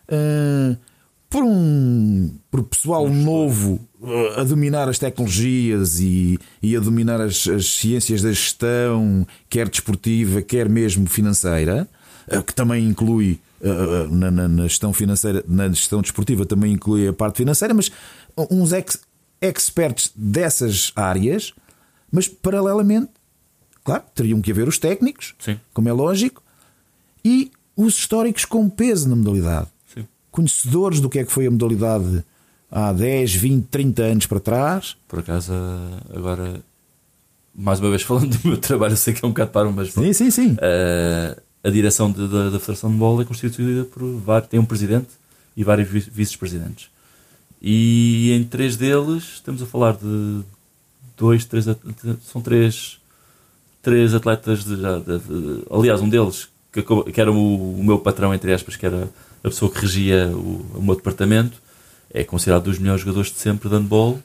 Speaker 3: por pessoal novo a dominar as tecnologias e a dominar as ciências da gestão, quer desportiva, quer mesmo financeira, que também inclui na gestão financeira, na gestão desportiva também inclui a parte financeira, mas uns experts dessas áreas, mas paralelamente, claro, teriam que haver os técnicos,
Speaker 1: sim,
Speaker 3: como é lógico, e os históricos com peso na modalidade,
Speaker 1: sim,
Speaker 3: conhecedores do que é que foi a modalidade há 10, 20, 30 anos para trás.
Speaker 1: Por acaso, agora, mais uma vez falando do meu trabalho, eu sei que é um bocado para mas
Speaker 3: sim.
Speaker 1: A direção da Federação de Bola é constituída por tem um presidente e vários vice-presidentes. E em 3 deles estamos a falar de 3 atletas aliás, um deles que era o meu patrão, entre aspas, que era a pessoa que regia o meu departamento, é considerado um dos melhores jogadores de sempre de handball.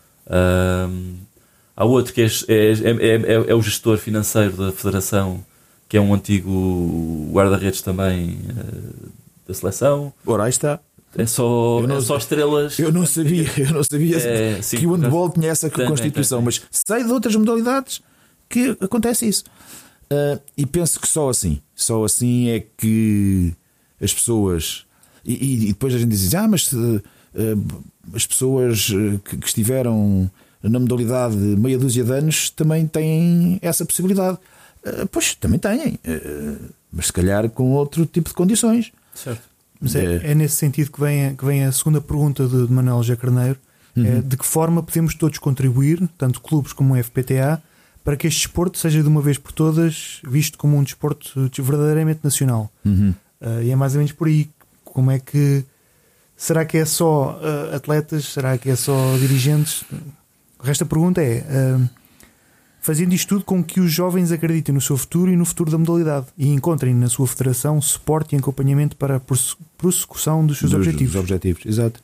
Speaker 1: Há outro que é o gestor financeiro da federação, que é um antigo guarda-redes também da seleção.
Speaker 3: Ora, aí está.
Speaker 1: É só estrelas.
Speaker 3: Eu não sabia
Speaker 1: sim,
Speaker 3: que o handball tinha essa constituição, mas sei de outras modalidades que acontece isso. E penso que só assim é que as pessoas, e depois a gente diz, mas as pessoas que estiveram na modalidade meia dúzia de anos também têm essa possibilidade. Pois também têm, mas se calhar com outro tipo de condições.
Speaker 1: Certo.
Speaker 2: Mas é nesse sentido que vem a segunda pergunta de Manuel José Carneiro. De que forma podemos todos contribuir, tanto clubes como o FPTA, para que este desporto seja de uma vez por todas visto como um desporto verdadeiramente nacional? E é mais ou menos por aí. Como é que... Será que é só atletas? Será que é só dirigentes? O resto da pergunta é... fazendo isto tudo com que os jovens acreditem no seu futuro e no futuro da modalidade e encontrem na sua federação suporte e acompanhamento para a prossecução dos seus objetivos.
Speaker 3: Dos objetivos, exato.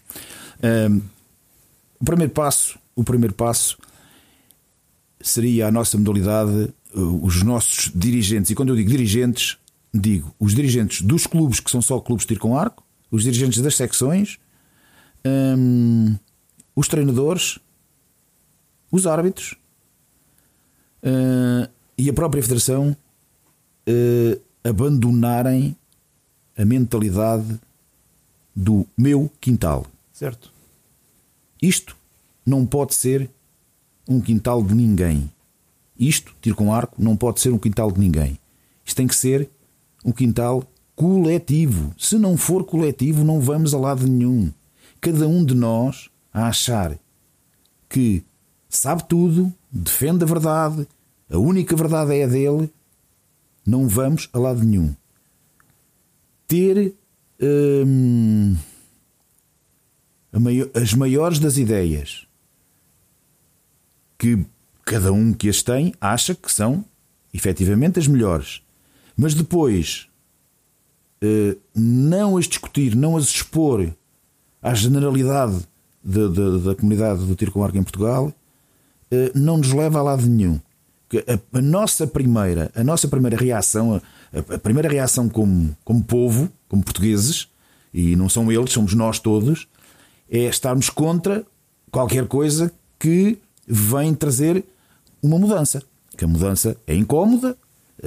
Speaker 3: O primeiro passo seria a nossa modalidade, os nossos dirigentes, e quando eu digo dirigentes, digo os dirigentes dos clubes que são só clubes de tiro com arco, os dirigentes das secções, os treinadores, os árbitros, e a própria federação abandonarem a mentalidade do meu quintal.
Speaker 2: Certo.
Speaker 3: Isto não pode ser um quintal de ninguém. Isto, tiro com arco, não pode ser um quintal de ninguém. Isto tem que ser um quintal coletivo. Se não for coletivo, não vamos a lado nenhum. Cada um de nós a achar que sabe tudo, defende a verdade, a única verdade é a dele, não vamos a lado nenhum. Ter as maiores das ideias, que cada um que as tem acha que são efetivamente as melhores, mas depois não as discutir, não as expor à generalidade da comunidade do tiro com arco em Portugal, não nos leva a lado nenhum. A nossa primeira reação, a primeira reação como povo, como portugueses, e não são eles, somos nós todos, é estarmos contra qualquer coisa que vem trazer uma mudança. Que a mudança é incómoda,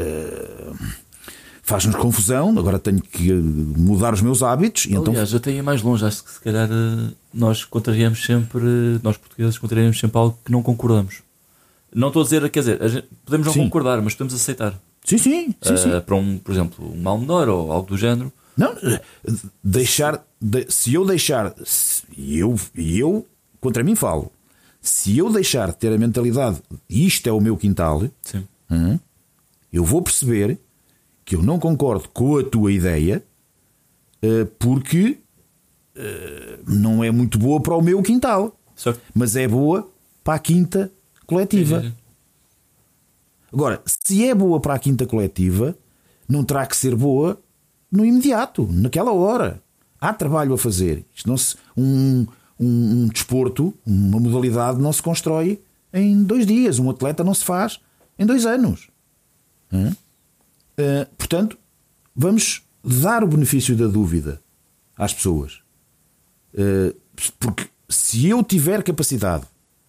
Speaker 3: faz-nos confusão, agora tenho que mudar os meus hábitos. E
Speaker 1: aliás,
Speaker 3: então...
Speaker 1: eu tenho ir mais longe, acho que se calhar nós contrariamos sempre, nós portugueses contrariamos sempre algo que não concordamos. Não estou a dizer, quer dizer, podemos não concordar, mas podemos aceitar.
Speaker 3: Sim.
Speaker 1: Para por exemplo, um mal menor ou algo do género.
Speaker 3: Não, se eu deixar, eu contra mim falo, se eu deixar de ter a mentalidade, isto é o meu quintal,
Speaker 1: sim,
Speaker 3: eu vou perceber que eu não concordo com a tua ideia, porque não é muito boa para o meu quintal,
Speaker 1: certo,
Speaker 3: mas é boa para a quinta coletiva.
Speaker 1: Sim.
Speaker 3: Agora, se é boa para a quinta coletiva, não terá que ser boa no imediato, naquela hora. Há trabalho a fazer. Isto não se, um desporto, uma modalidade não se constrói em 2 dias. Um atleta não se faz em 2 anos. Portanto, vamos dar o benefício da dúvida às pessoas. Porque se eu tiver capacidade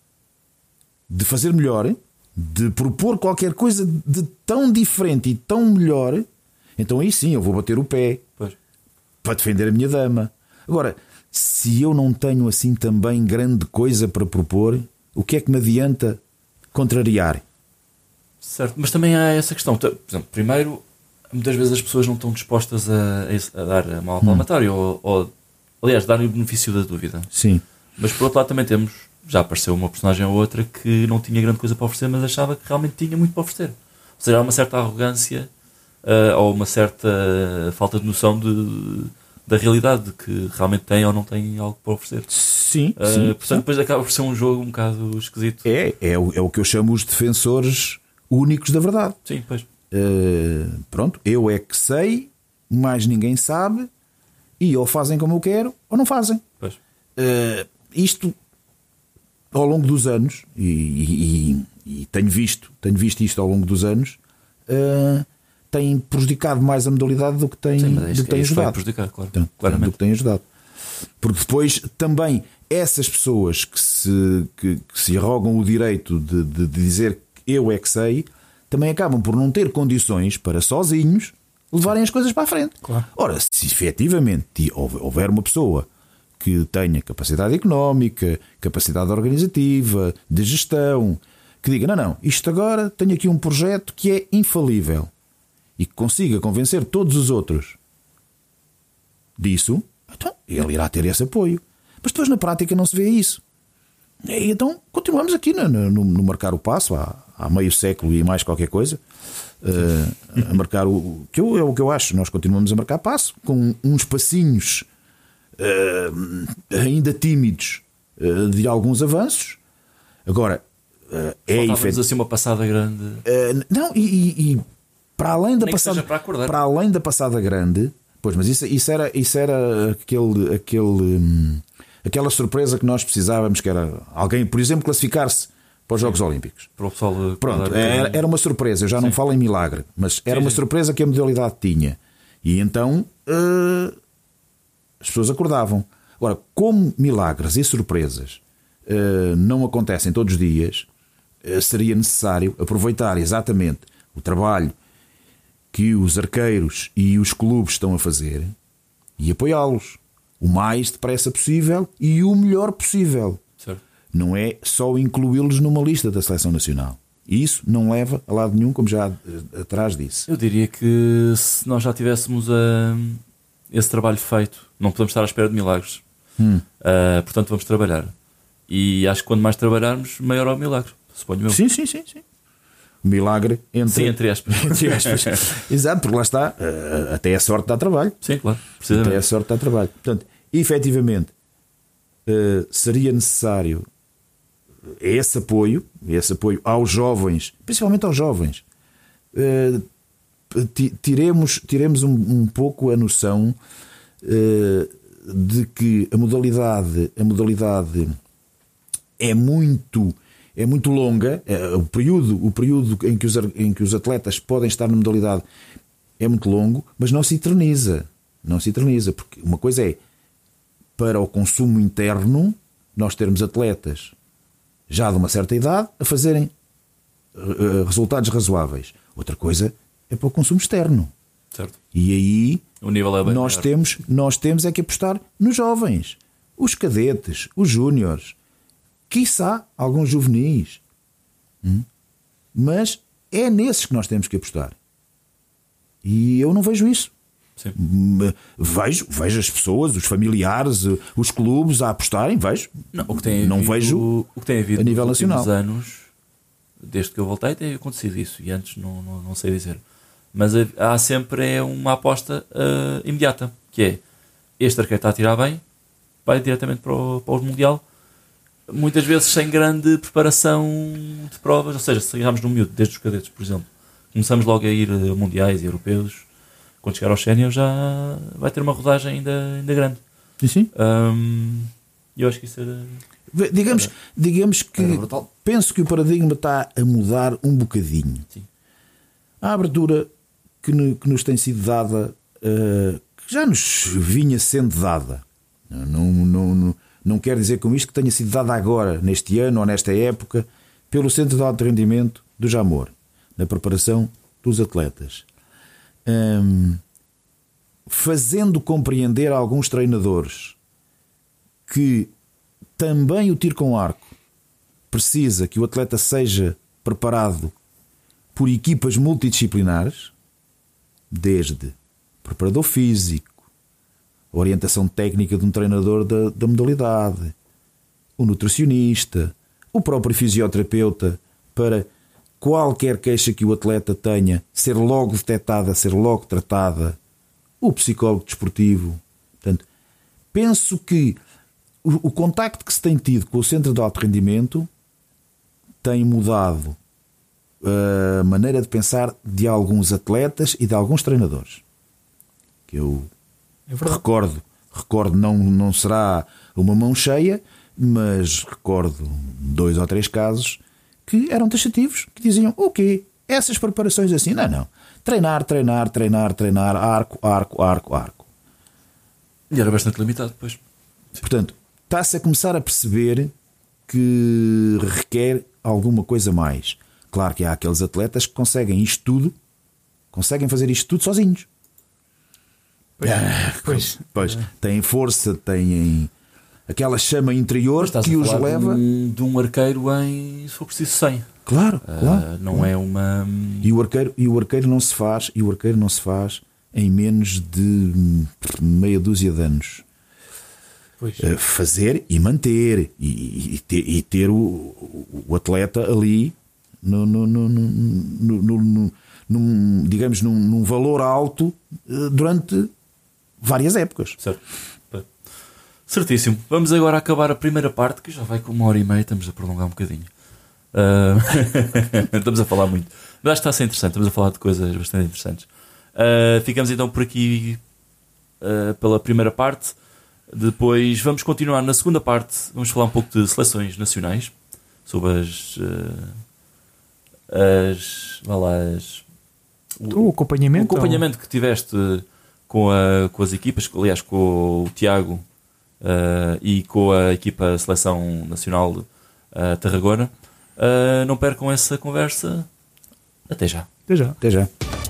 Speaker 3: de fazer melhor, de propor qualquer coisa de tão diferente e tão melhor, então aí sim eu vou bater o pé,
Speaker 1: pois,
Speaker 3: para defender a minha dama. Agora, se eu não tenho assim também grande coisa para propor, o que é que me adianta contrariar?
Speaker 1: certo, mas também há essa questão. Por exemplo, primeiro, muitas vezes as pessoas não estão dispostas a dar a mão à palmatória ou aliás, dar o benefício da dúvida.
Speaker 3: Sim.
Speaker 1: Mas por outro lado também temos, já apareceu uma personagem ou outra que não tinha grande coisa para oferecer, mas achava que realmente tinha muito para oferecer. Ou seja, há uma certa arrogância ou uma certa falta de noção da realidade, de que realmente tem ou não tem algo para oferecer.
Speaker 3: Sim.
Speaker 1: Portanto, depois acaba por ser um jogo um bocado esquisito.
Speaker 3: É o que eu chamo os defensores únicos da verdade.
Speaker 1: Sim, pois.
Speaker 3: Pronto, eu é que sei, mais ninguém sabe, e ou fazem como eu quero ou não fazem.
Speaker 1: Pois.
Speaker 3: Isto ao longo dos anos, e tenho visto isto ao longo dos anos, tem prejudicado mais a modalidade do que tem,
Speaker 1: sim, mas
Speaker 3: do que tem ajudado.
Speaker 1: Prejudicar, claro.
Speaker 3: Então,
Speaker 1: claramente.
Speaker 3: Do que tem ajudado. Porque depois também essas pessoas que se arrogam o direito de dizer que eu é que sei, também acabam por não ter condições para sozinhos levarem as coisas para a frente.
Speaker 2: Claro.
Speaker 3: Ora, se efetivamente houver uma pessoa que tenha capacidade económica, capacidade organizativa, de gestão, que diga, não, isto agora tenho aqui um projeto que é infalível e que consiga convencer todos os outros disso, então ele irá ter esse apoio. Mas depois na prática não se vê isso. E então continuamos aqui no marcar o passo há meio século e mais qualquer coisa, a marcar o que eu acho. Nós continuamos a marcar passo com uns passinhos ainda tímidos de alguns avanços. Agora
Speaker 1: Faltava-nos assim uma passada grande.
Speaker 3: Não, e para além da
Speaker 1: nem
Speaker 3: passada,
Speaker 1: para
Speaker 3: além da passada grande, pois, mas isso era aquela surpresa que nós precisávamos, que era alguém, por exemplo, classificar-se para os Jogos Olímpicos.
Speaker 1: Para o pessoal.
Speaker 3: Pronto, era uma surpresa. Eu já não falo em milagre, mas era uma surpresa que a modalidade tinha. E então as pessoas acordavam. Agora, como milagres e surpresas não acontecem todos os dias, seria necessário aproveitar exatamente o trabalho que os arqueiros e os clubes estão a fazer e apoiá-los o mais depressa possível e o melhor possível.
Speaker 1: Certo.
Speaker 3: Não é só incluí-los numa lista da Seleção Nacional. Isso não leva a lado nenhum, como já atrás disse.
Speaker 1: Eu diria que se nós já tivéssemos esse trabalho feito, não podemos estar à espera de milagres. Portanto, vamos trabalhar. E acho que quanto mais trabalharmos, maior é o milagre. Suponho eu.
Speaker 3: Sim. O milagre
Speaker 1: entre aspas.
Speaker 3: Entre aspas. Exato, porque lá está, até a sorte dá trabalho.
Speaker 1: Sim, claro.
Speaker 3: Até a sorte dá trabalho. Portanto, efetivamente, seria necessário esse apoio aos jovens, principalmente aos jovens. Tiremos um pouco a noção de que a modalidade é muito longa. O período em que os atletas podem estar na modalidade é muito longo, mas não se eterniza, porque uma coisa é para o consumo interno nós termos atletas já de uma certa idade a fazerem resultados razoáveis. Outra coisa é para o consumo externo.
Speaker 1: Certo.
Speaker 3: E aí
Speaker 1: o nível é bem
Speaker 3: nós temos é que apostar nos jovens, os cadetes, os júniores, quiçá alguns juvenis. Mas é nesses que nós temos que apostar. E eu não vejo isso.
Speaker 1: Sim.
Speaker 3: Vejo as pessoas, os familiares, os clubes a apostarem, vejo. Não vejo
Speaker 1: o que tem havido
Speaker 3: a nível
Speaker 1: nos
Speaker 3: nacional.
Speaker 1: últimos anos, desde que eu voltei, tem acontecido isso. E antes não sei dizer. Mas há sempre uma aposta imediata, que é este arqueiro está a tirar bem, vai diretamente para o Mundial, muitas vezes sem grande preparação de provas. Ou seja, se agarramos no miúdo, desde os cadetes, por exemplo, começamos logo a ir a mundiais e europeus, quando chegar aos sénior já vai ter uma rodagem ainda grande.
Speaker 3: Sim.
Speaker 1: Eu acho que isso era...
Speaker 3: Digamos que
Speaker 1: era brutal.
Speaker 3: penso que o paradigma está a mudar um bocadinho.
Speaker 1: Sim.
Speaker 3: A abertura que nos tem sido dada, que já nos vinha sendo dada, não quer dizer com isto que tenha sido dada agora, neste ano ou nesta época, pelo Centro de Alto Rendimento do Jamor, na preparação dos atletas, fazendo compreender a alguns treinadores que também o tiro com arco precisa que o atleta seja preparado por equipas multidisciplinares, desde preparador físico, orientação técnica de um treinador da modalidade, o nutricionista, o próprio fisioterapeuta, para qualquer queixa que o atleta tenha ser logo detectada, ser logo tratada, o psicólogo desportivo. Portanto, penso que o contacto que se tem tido com o Centro de Alto Rendimento tem mudado a maneira de pensar de alguns atletas e de alguns treinadores. Que eu recordo não será uma mão cheia, mas recordo 2 ou 3 casos que eram taxativos, que diziam: o quê? Essas preparações assim? Não. Treinar, arco.
Speaker 1: E era bastante limitado depois.
Speaker 3: Portanto, está-se a começar a perceber que requer alguma coisa mais. Claro que há aqueles atletas que conseguem fazer isto tudo sozinhos. Pois. Têm força, têm aquela chama interior que os leva.
Speaker 1: De um arqueiro se for preciso 100.
Speaker 3: Claro.
Speaker 1: Não é uma.
Speaker 3: E o arqueiro não se faz em menos de meia dúzia de anos. Fazer e manter e ter o atleta ali digamos num valor alto durante várias épocas.
Speaker 1: Certo. Certíssimo. Vamos agora acabar a primeira parte, que já vai com 1h30, estamos a prolongar um bocadinho. Estamos a falar muito, mas acho que está a ser interessante. Estamos a falar de coisas bastante interessantes. Ficamos então por aqui pela primeira parte. Depois vamos continuar na segunda parte. Vamos falar um pouco de seleções nacionais, sobre
Speaker 2: o acompanhamento
Speaker 1: que tiveste com as equipas, aliás, com o Tiago e com a equipa Seleção Nacional Tarragona. Não percam essa conversa. Até já.
Speaker 3: Até já.